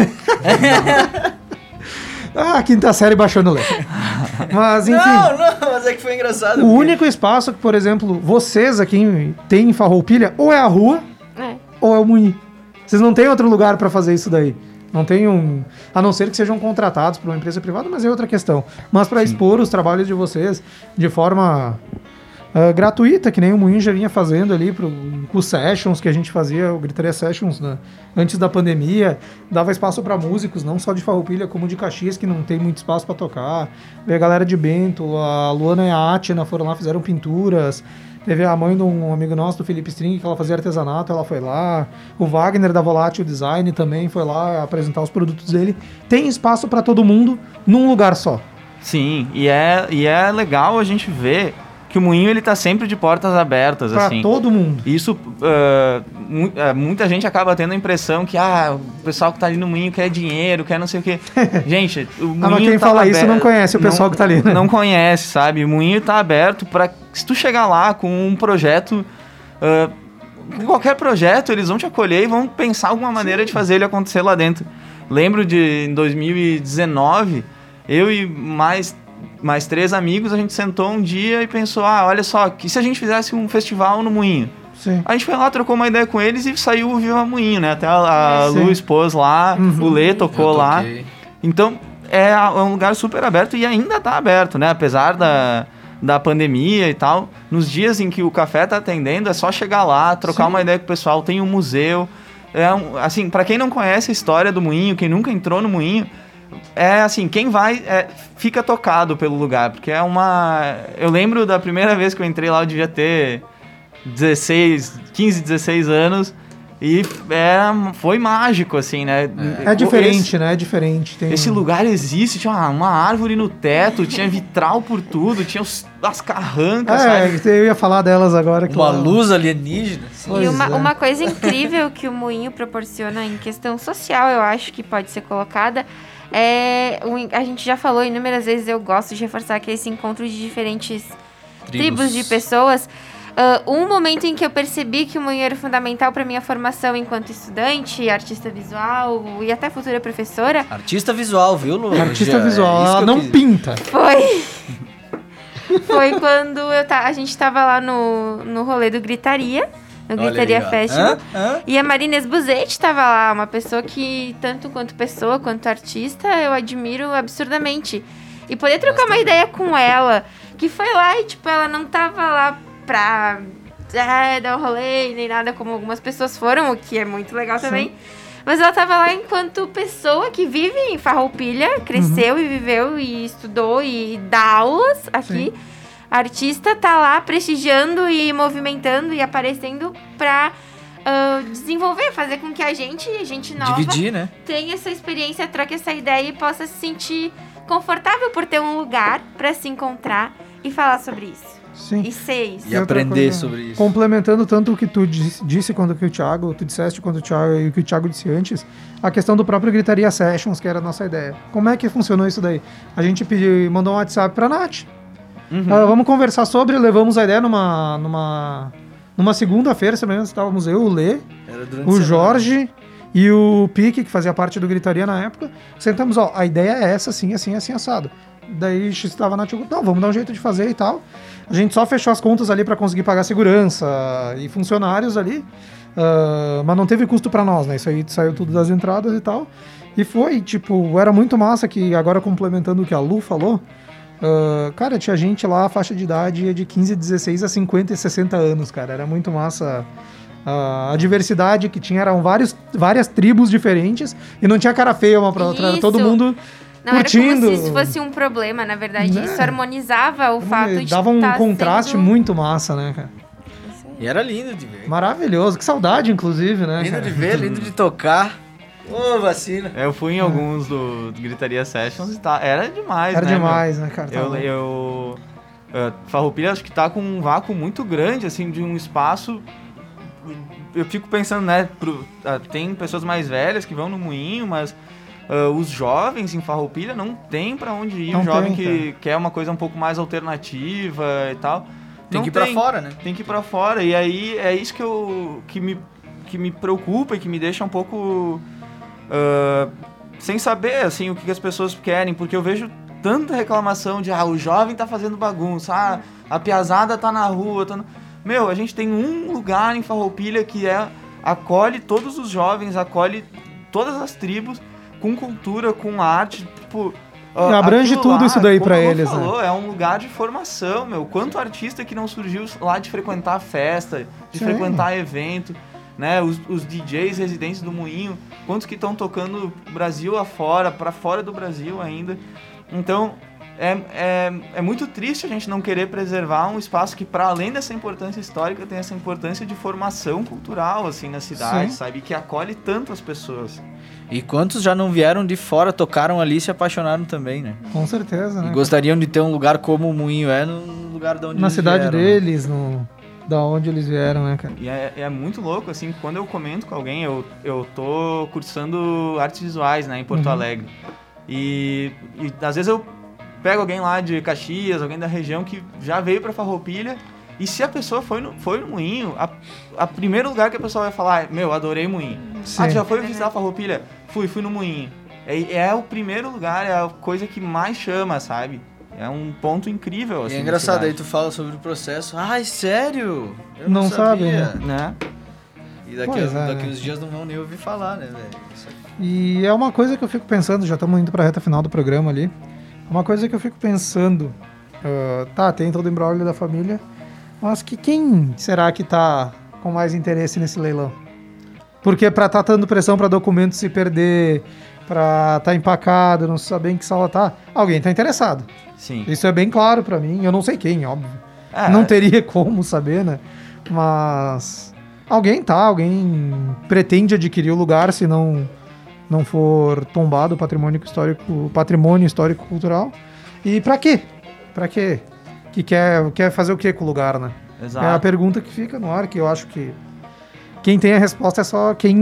A quinta série baixando o leque. Mas, enfim... Não, mas é que foi engraçado. O único espaço que, por exemplo, vocês aqui têm em Farroupilha, ou é a rua, ou é o moinho. Vocês não têm outro lugar pra fazer isso daí. Não tem a não ser que sejam contratados por uma empresa privada, mas é outra questão. Mas para expor os trabalhos de vocês de forma gratuita, que nem o Moinho já vinha fazendo ali com os sessions que a gente fazia, o Gritaria Sessions, né? Antes da pandemia, dava espaço para músicos, não só de Farroupilha, como de Caxias, que não tem muito espaço para tocar. Veio a galera de Bento, a Luana e a Atina foram lá, fizeram pinturas. Teve a mãe de um amigo nosso, do Felipe String, que ela fazia artesanato, ela foi lá. O Wagner da Volátil Design também foi lá apresentar os produtos dele. Tem espaço para todo mundo num lugar só. Sim, e é legal a gente ver que o Moinho ele tá sempre de portas abertas, pra assim. todo mundo. Isso, muita gente acaba tendo a impressão que o pessoal que tá ali no Moinho quer dinheiro, quer não sei o quê. Gente, o Moinho mas quem fala isso não conhece o pessoal que tá ali, né? Não conhece, sabe? O Moinho tá aberto para se tu chegar lá com um projeto, qualquer projeto, eles vão te acolher e vão pensar alguma maneira de fazer ele acontecer lá dentro. Lembro em 2019, eu e mais 3 amigos, a gente sentou um dia e pensou, olha só, e se a gente fizesse um festival no Moinho? Sim. A gente foi lá, trocou uma ideia com eles e saiu o Viva Moinho, né? Até a Lu expôs lá, o Lê tocou lá. Então, é um lugar super aberto e ainda tá aberto, né? Apesar da pandemia e tal. Nos dias em que o café tá atendendo, é só chegar lá, trocar uma ideia com o pessoal. Tem um museu. Assim, pra quem não conhece a história do Moinho, quem nunca entrou no Moinho, assim, quem vai fica tocado pelo lugar, porque eu lembro da primeira vez que eu entrei lá, eu devia ter 15, 16 anos, e foi mágico, assim, né? É diferente, né? É diferente. Esse lugar existe, tinha uma árvore no teto, tinha vitral por tudo, tinha as carrancas, sabe? Eu ia falar delas agora. Uma luz alienígena. E uma coisa incrível que o Moinho proporciona em questão social, eu acho que pode ser colocada, a gente já falou inúmeras vezes, eu gosto de reforçar que esse encontro de diferentes tribos de pessoas, Um momento em que eu percebi que o moinho era fundamental para minha formação enquanto estudante, artista visual e até futura professora. Artista visual, viu, Lu? Artista visual, ela não pinta. Foi quando a gente tava lá no rolê do Gritaria, no Gritaria Festival. E a Marina Esbuzetti tava lá, uma pessoa que, tanto quanto pessoa, quanto artista, eu admiro absurdamente. E poder trocar uma ideia com ela, que foi lá e, tipo, ela não tava lá pra dar um rolê nem nada como algumas pessoas foram, o que é muito legal também. Mas ela tava lá enquanto pessoa que vive em Farroupilha, cresceu e viveu e estudou e dá aulas aqui. Sim. A artista tá lá prestigiando e movimentando e aparecendo pra desenvolver, fazer com que a gente nova, dividir, né? Tenha essa experiência, troque essa ideia e possa se sentir confortável por ter um lugar pra se encontrar e falar sobre isso. Sim. E ser isso. E aprender sobre isso. Complementando tanto o que tu disse quanto que tu disseste quanto o Thiago e o que o Thiago disse antes, a questão do próprio Gritaria Sessions, que era a nossa ideia. Como é que funcionou isso daí? A gente mandou um WhatsApp pra Nath. Vamos conversar sobre, levamos a ideia numa segunda-feira, se não me engano, estávamos eu, o Lê, o Jorge e o Pique, que fazia parte do Gritaria na época. Sentamos, a ideia é essa, assim, assim, assim, assado. Daí estava na Nath, não, vamos dar um jeito de fazer e tal. A gente só fechou as contas ali para conseguir pagar segurança e funcionários ali, mas não teve custo para nós, né? Isso aí saiu tudo das entradas e tal. E foi, tipo, era muito massa que, agora complementando o que a Lu falou, cara, tinha gente lá, a faixa de idade de 15, 16 a 50 e 60 anos, cara. Era muito massa a diversidade que tinha, eram várias tribos diferentes e não tinha cara feia uma pra outra, era todo mundo... Não curtindo. Era como se isso fosse um problema, na verdade. Né? Isso harmonizava o fato de dava um contraste muito massa, né, cara? E era lindo de ver. Maravilhoso. Que saudade, inclusive, né, lindo cara? De ver, lindo de tocar. Vacina. Eu fui em alguns do Gritaria Sessions e era demais, Era demais, né, cara? Farroupilha acho que tá com um vácuo muito grande, assim, de um espaço... Eu fico pensando, né, tem pessoas mais velhas que vão no moinho, mas... os jovens em Farroupilha não tem pra onde ir. Não o jovem tem, que quer uma coisa um pouco mais alternativa e tal. Tem que ir pra fora, né? Tem que ir pra fora. E aí é isso que me preocupa e que me deixa um pouco sem saber assim, o que as pessoas querem. Porque eu vejo tanta reclamação de o jovem tá fazendo bagunça, a piazada tá na rua. Meu, a gente tem um lugar em Farroupilha que acolhe todos os jovens, acolhe todas as tribos, com cultura, com arte, tipo... abrange tudo isso daí pra eles, falou, né? É um lugar de formação, meu. Quanto artista que não surgiu lá de frequentar festa, de frequentar evento, né? Os DJs residentes do Moinho, quantos que estão tocando Brasil afora, pra fora do Brasil ainda. Então, é muito triste a gente não querer preservar um espaço que, para além dessa importância histórica, tem essa importância de formação cultural, assim, na cidade, sabe? Que acolhe tanto as pessoas. E quantos já não vieram de fora, tocaram ali e se apaixonaram também, né? Com certeza, né? E gostariam de ter um lugar como o Moinho no lugar de onde na eles cidade vieram, deles, da onde eles vieram, né, cara? E é muito louco, assim, quando eu comento com alguém, eu tô cursando artes visuais, né, em Porto Alegre. E às vezes eu pego alguém lá de Caxias, alguém da região que já veio pra Farroupilha, e se a pessoa foi no Moinho, a primeiro lugar que a pessoa vai falar é, meu, adorei Moinho. Sim. Tu já foi visitar Farroupilha? Fui no Moinho. É o primeiro lugar, é a coisa que mais chama, sabe? É um ponto incrível, assim. E é engraçado, aí tu fala sobre o processo. Ai, sério? Eu não sabia. Sabe, né? E daqui uns dias não vão nem ouvir falar, né, velho? E é uma coisa que eu fico pensando, já estamos indo pra reta final do programa ali. Uma coisa que eu fico pensando, tem todo o imbróglio da família, mas quem será que tá com mais interesse nesse leilão? Porque pra tá dando pressão pra documento se perder, pra tá empacado, não saber em que sala tá, alguém tá interessado. Sim. Isso é bem claro pra mim, eu não sei quem, óbvio. Não teria como saber, né? Mas alguém pretende adquirir o lugar se não for tombado o patrimônio histórico cultural. E pra quê? Pra quê? Que quer fazer o quê com o lugar, né? Exato. É a pergunta que fica no ar, que eu acho que quem tem a resposta é só quem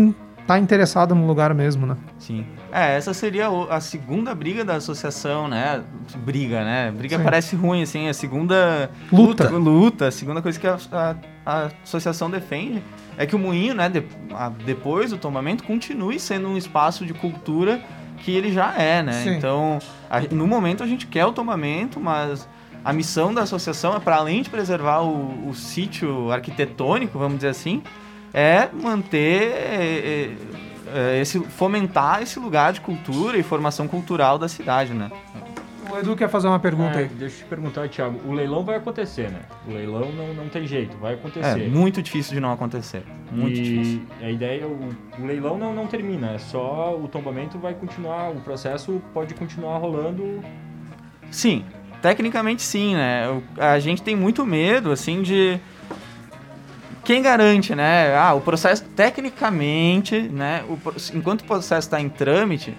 tá interessado no lugar mesmo, né? Sim. Essa seria a segunda briga da associação, né? Briga, né? Briga Sim. parece ruim, assim. A segunda... Luta. A segunda coisa que a associação defende é que o moinho, né? Depois do tombamento, continue sendo um espaço de cultura que ele já é, né? Sim. Então, no momento a gente quer o tombamento, mas a missão da associação é, para além de preservar o sítio arquitetônico, vamos dizer assim, é manter... fomentar esse lugar de cultura e formação cultural da cidade, né? O Edu quer fazer uma pergunta aí. Deixa eu te perguntar, Thiago. O leilão vai acontecer, né? O leilão não tem jeito, vai acontecer. É muito difícil de não acontecer. Muito difícil. A ideia, o leilão não termina, é só o tombamento vai continuar, o processo pode continuar rolando. Sim, tecnicamente sim, né? A gente tem muito medo, assim, de... Quem garante, né? O processo, tecnicamente, né? Enquanto o processo está em trâmite,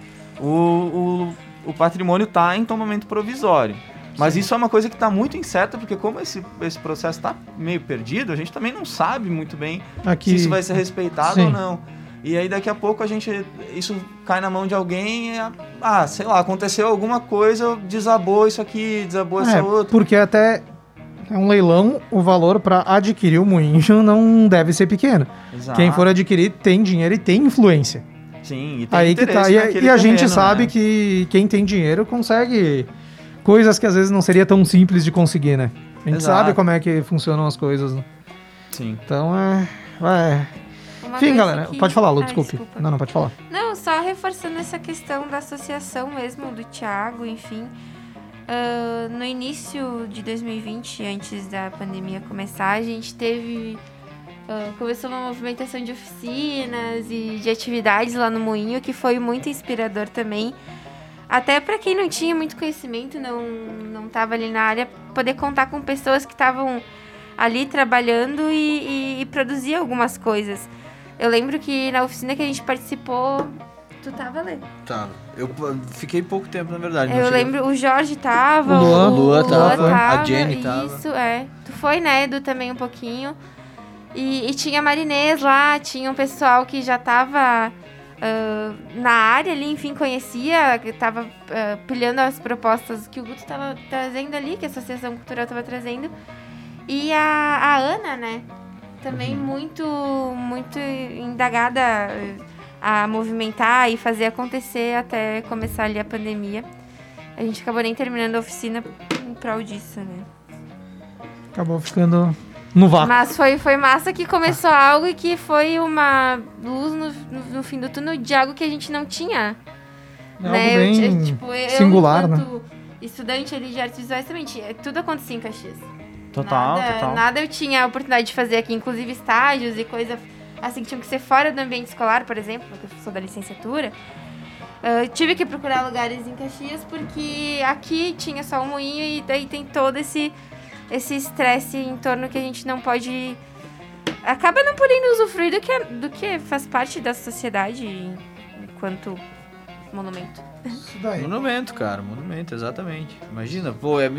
o patrimônio está em tombamento provisório. Mas isso é uma coisa que está muito incerta, porque como esse processo está meio perdido, a gente também não sabe muito bem se isso vai ser respeitado ou não. E aí daqui a pouco isso cai na mão de alguém e, sei lá, aconteceu alguma coisa, desabou isso aqui, desabou essa outra. Porque até... É um leilão, o valor para adquirir o moinho não deve ser pequeno. Exato. Quem for adquirir tem dinheiro e tem influência. Sim, e tem aí que tá. E a gente sabe, né, que quem tem dinheiro consegue coisas que às vezes não seria tão simples de conseguir, né? A gente sabe como é que funcionam as coisas, né? Sim. Então Enfim, galera, pode falar, Lu, desculpe. Não, pode falar. Não, só reforçando essa questão da associação mesmo, do Thiago, enfim... no início de 2020, antes da pandemia começar, a gente começou uma movimentação de oficinas e de atividades lá no Moinho, que foi muito inspirador também. Até para quem não tinha muito conhecimento, não estava ali na área, poder contar com pessoas que estavam ali trabalhando e produzir algumas coisas. Eu lembro que na oficina que a gente participou... Tu tava, Lê? Tava. Eu fiquei pouco tempo, na verdade. Eu lembro, o Jorge tava, o Luan tava, a Jenny tava. Isso, Tu foi, né, Edu, também um pouquinho. E tinha a Marinês lá, tinha um pessoal que já tava na área ali, enfim, conhecia, que tava pilhando as propostas que o Guto tava trazendo ali, que a Associação Cultural tava trazendo. E a Ana, né, também muito indagada... a movimentar e fazer acontecer até começar ali a pandemia. A gente acabou nem terminando a oficina em prol disso, né? Acabou ficando no vácuo. Mas foi massa que começou algo e que foi uma luz no fim do túnel de algo que a gente não tinha. Algo bem singular, né? Estudante ali de artes visuais também, tudo acontecia em Caxias. Total. Nada eu tinha a oportunidade de fazer aqui, inclusive estágios e coisa... assim, que tinham que ser fora do ambiente escolar, por exemplo, porque eu sou da licenciatura, tive que procurar lugares em Caxias, porque aqui tinha só um moinho e daí tem todo esse estresse em torno que a gente não pode... acaba não podendo usufruir do que faz parte da sociedade enquanto monumento. Isso daí. Monumento, cara, monumento, exatamente. Imagina,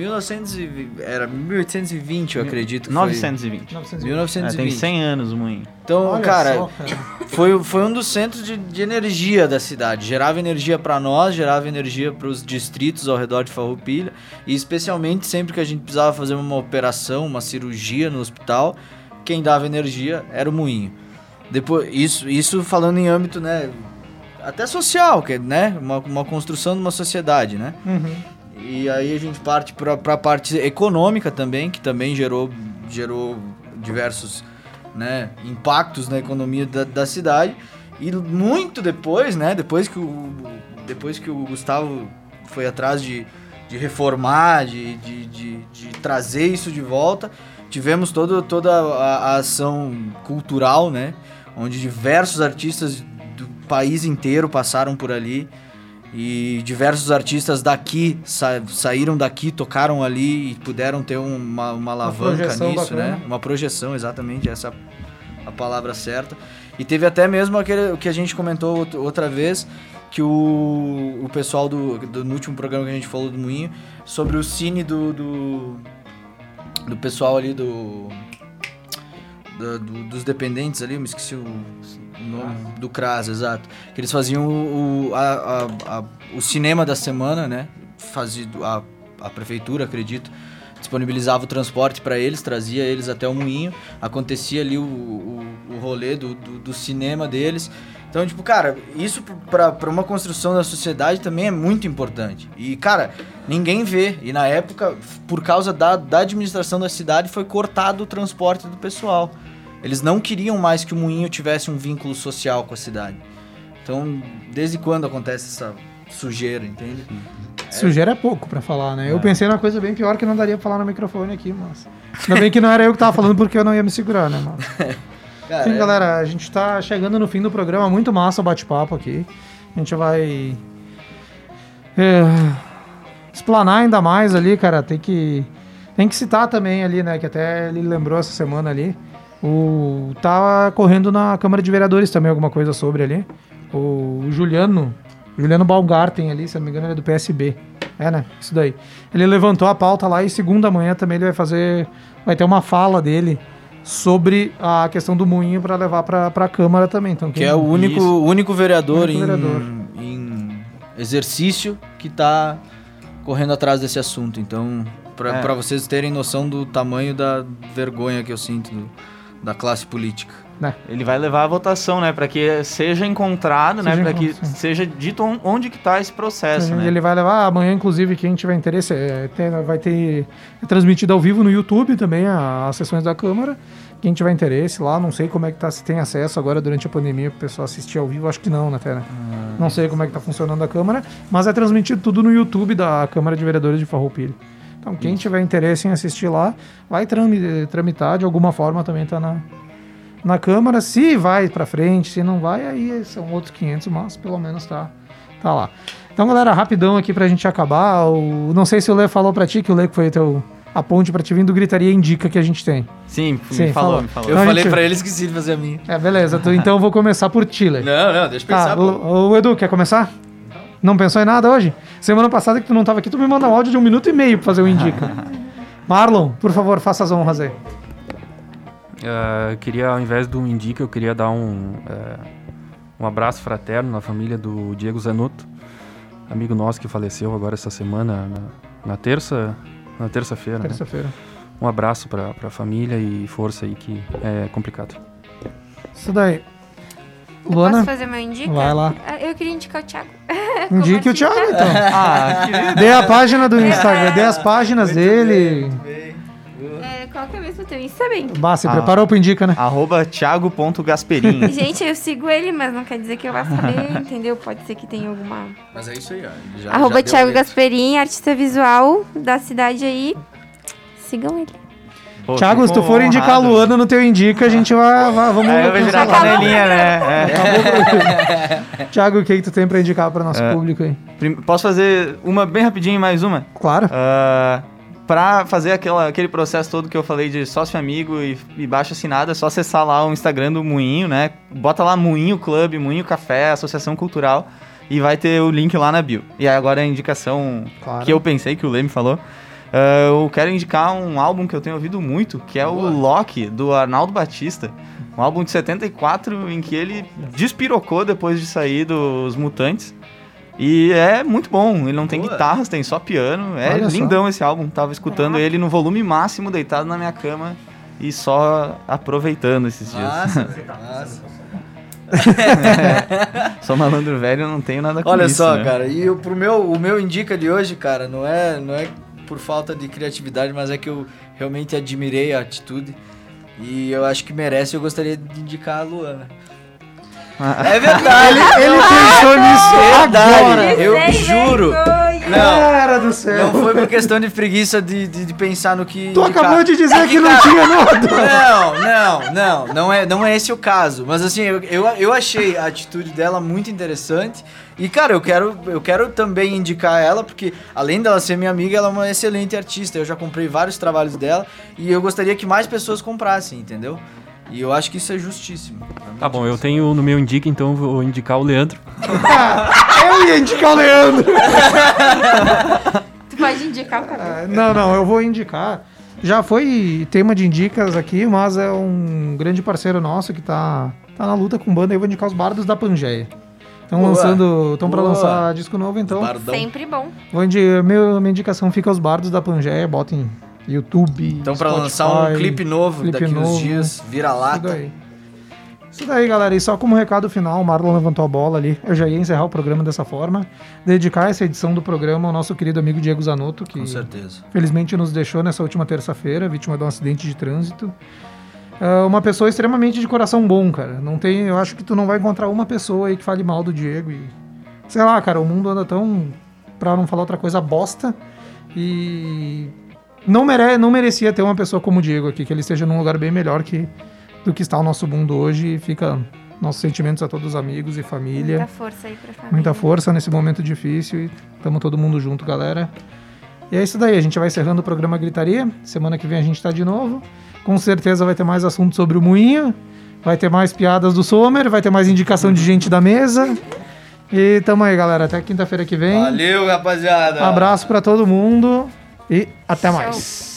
era 1820, eu acredito. 920. 1920. Tem 100 anos o moinho. Então, Olha cara, só, cara. Foi um dos centros de energia da cidade. Gerava energia pra nós, gerava energia pros distritos ao redor de Farroupilha. E especialmente sempre que a gente precisava fazer uma operação, uma cirurgia no hospital, quem dava energia era o moinho. Depois, isso falando em âmbito, né, até social, né, uma construção de uma sociedade, né. Uhum. E aí a gente parte pra parte econômica também, que também gerou diversos, né, impactos na economia da cidade. E muito depois, né, depois que o Gustavo foi atrás de reformar, de trazer isso de volta, tivemos toda a ação cultural, né, onde diversos artistas do país inteiro passaram por ali. E diversos artistas daqui saíram daqui, tocaram ali e puderam ter uma alavanca nisso, bacana, né? Uma projeção, exatamente, essa é a palavra certa. E teve até mesmo aquele que a gente comentou outra vez, que o pessoal no último programa que a gente falou do Moinho, sobre o cine do pessoal ali dos dependentes ali, eu me esqueci do CRAS, exato. Que eles faziam o cinema da semana, né? A prefeitura, acredito, disponibilizava o transporte para eles, trazia eles até o moinho, acontecia ali o rolê do cinema deles. Então, tipo, cara, isso pra uma construção da sociedade também é muito importante. E, cara, ninguém vê. E na época, por causa da administração da cidade, foi cortado o transporte do pessoal. Eles não queriam mais que o moinho tivesse um vínculo social com a cidade. Então, desde quando acontece essa sujeira, entende? Sujeira é pouco pra falar, né? Eu pensei numa coisa bem pior que não daria pra falar no microfone aqui, mas... Ainda bem que não era eu que tava falando porque eu não ia me segurar, né, mas... Cara, Enfim, galera, a gente tá chegando no fim do programa, muito massa o bate-papo aqui. A gente vai explanar ainda mais ali, cara. Tem que citar também ali, né, que até ele lembrou essa semana ali. Tá correndo na Câmara de Vereadores também alguma coisa sobre ali. O Juliano Baumgarten ali, se não me engano, ele é do PSB. Né? Isso daí. Ele levantou a pauta lá e segunda manhã também ele vai ter uma fala dele sobre a questão do moinho para levar para a Câmara também. Então, que é o único vereador em exercício que está correndo atrás desse assunto. Então, para vocês terem noção do tamanho da vergonha que eu sinto da classe política. Ele vai levar a votação, né, para que seja encontrado, né, para que seja dito onde que está esse processo, né? Ele vai levar amanhã, inclusive, quem tiver interesse, vai ter transmitido ao vivo no YouTube também as sessões da Câmara. Quem tiver interesse lá, não sei como é que tá, se tem acesso agora durante a pandemia para o pessoal assistir ao vivo, acho que não, né, Tera? Não sei como é que tá funcionando a Câmara, mas é transmitido tudo no YouTube da Câmara de Vereadores de Farroupilha. Então, quem tiver interesse em assistir lá, vai tramitar, de alguma forma também tá na Câmara. Se vai pra frente, se não vai, aí são outros 500, mas pelo menos tá lá. Então, galera, rapidão aqui pra gente acabar. Não sei se o Lê falou pra ti, que o Lê foi a ponte pra te vir do Gritaria Indica que a gente tem. Sim, me falou. Eu falei pra eles que sim fazer a minha. Beleza. Então eu vou começar por ti, Lê. Não, deixa eu pensar. O Edu, quer começar? Não pensou em nada hoje? Semana passada que tu não tava aqui, tu me manda um áudio de 1 minuto e meio pra fazer o Indica. Marlon, por favor, faça as honras aí. Eu queria, ao invés do Indica, eu queria dar um abraço fraterno na família do Diego Zanotto, amigo nosso que faleceu agora essa semana, na terça-feira. Terça-feira. Né? Um abraço pra família e força aí, que é complicado. Isso daí. Eu Luana? posso fazer meu Indica? Vai lá. Eu queria indicar o Thiago. Indique o Thiago, então. Dê a página do Instagram, dê as páginas dele. Qual que é mesmo o teu Insta, bem? Se preparou pro Indica, né? @thiago.gasperini. Gente, eu sigo ele, mas não quer dizer que eu vá saber, entendeu? Pode ser que tenha alguma... Mas é isso aí, ó. @Thiago Gasperini, artista visual da cidade aí. Sigam ele. Pô, Thiago, se tu for indicar a Luana no teu Indica, a gente vamos... eu vou virar panelinha, né? Thiago, o que tu tem pra indicar pro nosso público aí? Posso fazer uma bem rapidinho e mais uma? Claro. Pra fazer aquele processo todo que eu falei de sócio amigo e baixo assinado, é só acessar lá o Instagram do Moinho, né? Bota lá Moinho Club, Moinho Café, Associação Cultural, e vai ter o link lá na bio. E aí agora a indicação que eu pensei, que o Lê me falou. Eu quero indicar um álbum que eu tenho ouvido muito, que é o Loki, do Arnaldo Batista. Um álbum de 74, em que ele despirocou depois de sair dos Mutantes. E é muito bom, ele não tem guitarras, tem só piano. É lindão esse álbum, tava escutando ele no volume máximo, deitado na minha cama e só aproveitando esses dias. Nossa. Sou malandro velho, eu não tenho nada com isso. Olha só, né? cara, e o meu Indica de hoje, cara, não é por falta de criatividade, mas é que eu realmente admirei a atitude e eu acho que merece. Eu gostaria de indicar a Luana. É verdade. Ele pensou nisso agora. Eu juro. Não, cara do céu. Não foi por questão de preguiça de pensar no que... Tu acabou de dizer que não tinha nada. Não é esse o caso. Mas assim, eu achei a atitude dela muito interessante. E, cara, eu quero também indicar ela, porque além dela ser minha amiga, ela é uma excelente artista. Eu já comprei vários trabalhos dela e eu gostaria que mais pessoas comprassem, entendeu? E eu acho que isso é justíssimo. Tá bom, eu tenho no meu Indica, então eu vou indicar o Leandro. Eu ia indicar o Leandro. Tu pode indicar, cara? Não, eu vou indicar. Já foi tema de indicas aqui, mas é um grande parceiro nosso que tá tá na luta com banda, eu vou indicar os Bardos da Pangeia. Estão pra lançar disco novo, então. Sempre bom. Minha indicação fica aos Bardos da Pangeia, botem YouTube. Então, pra lançar um clipe novo daqui uns dias, vira-lata. Isso daí, galera. E só como recado final, o Marlon levantou a bola ali. Eu já ia encerrar o programa dessa forma. Dedicar essa edição do programa ao nosso querido amigo Diego Zanotto, que com certeza felizmente nos deixou nessa última terça-feira, vítima de um acidente de trânsito. Uma pessoa extremamente de coração bom, cara. Eu acho que tu não vai encontrar uma pessoa aí que fale mal do Diego. Sei lá, cara, o mundo anda tão, pra não falar outra coisa, bosta. E não merecia ter uma pessoa como o Diego aqui, que ele esteja num lugar bem melhor do que está o nosso mundo hoje. E fica nossos sentimentos a todos os amigos e família. Muita força aí pra família. Muita força nesse momento difícil. E tamo todo mundo junto, galera. E é isso daí, a gente vai encerrando o programa Gritaria. Semana que vem a gente tá de novo. Com certeza vai ter mais assunto sobre o Moinho. Vai ter mais piadas do Sommer. Vai ter mais indicação de gente da mesa. E tamo aí, galera. Até quinta-feira que vem. Valeu, rapaziada. Abraço pra todo mundo. E até mais.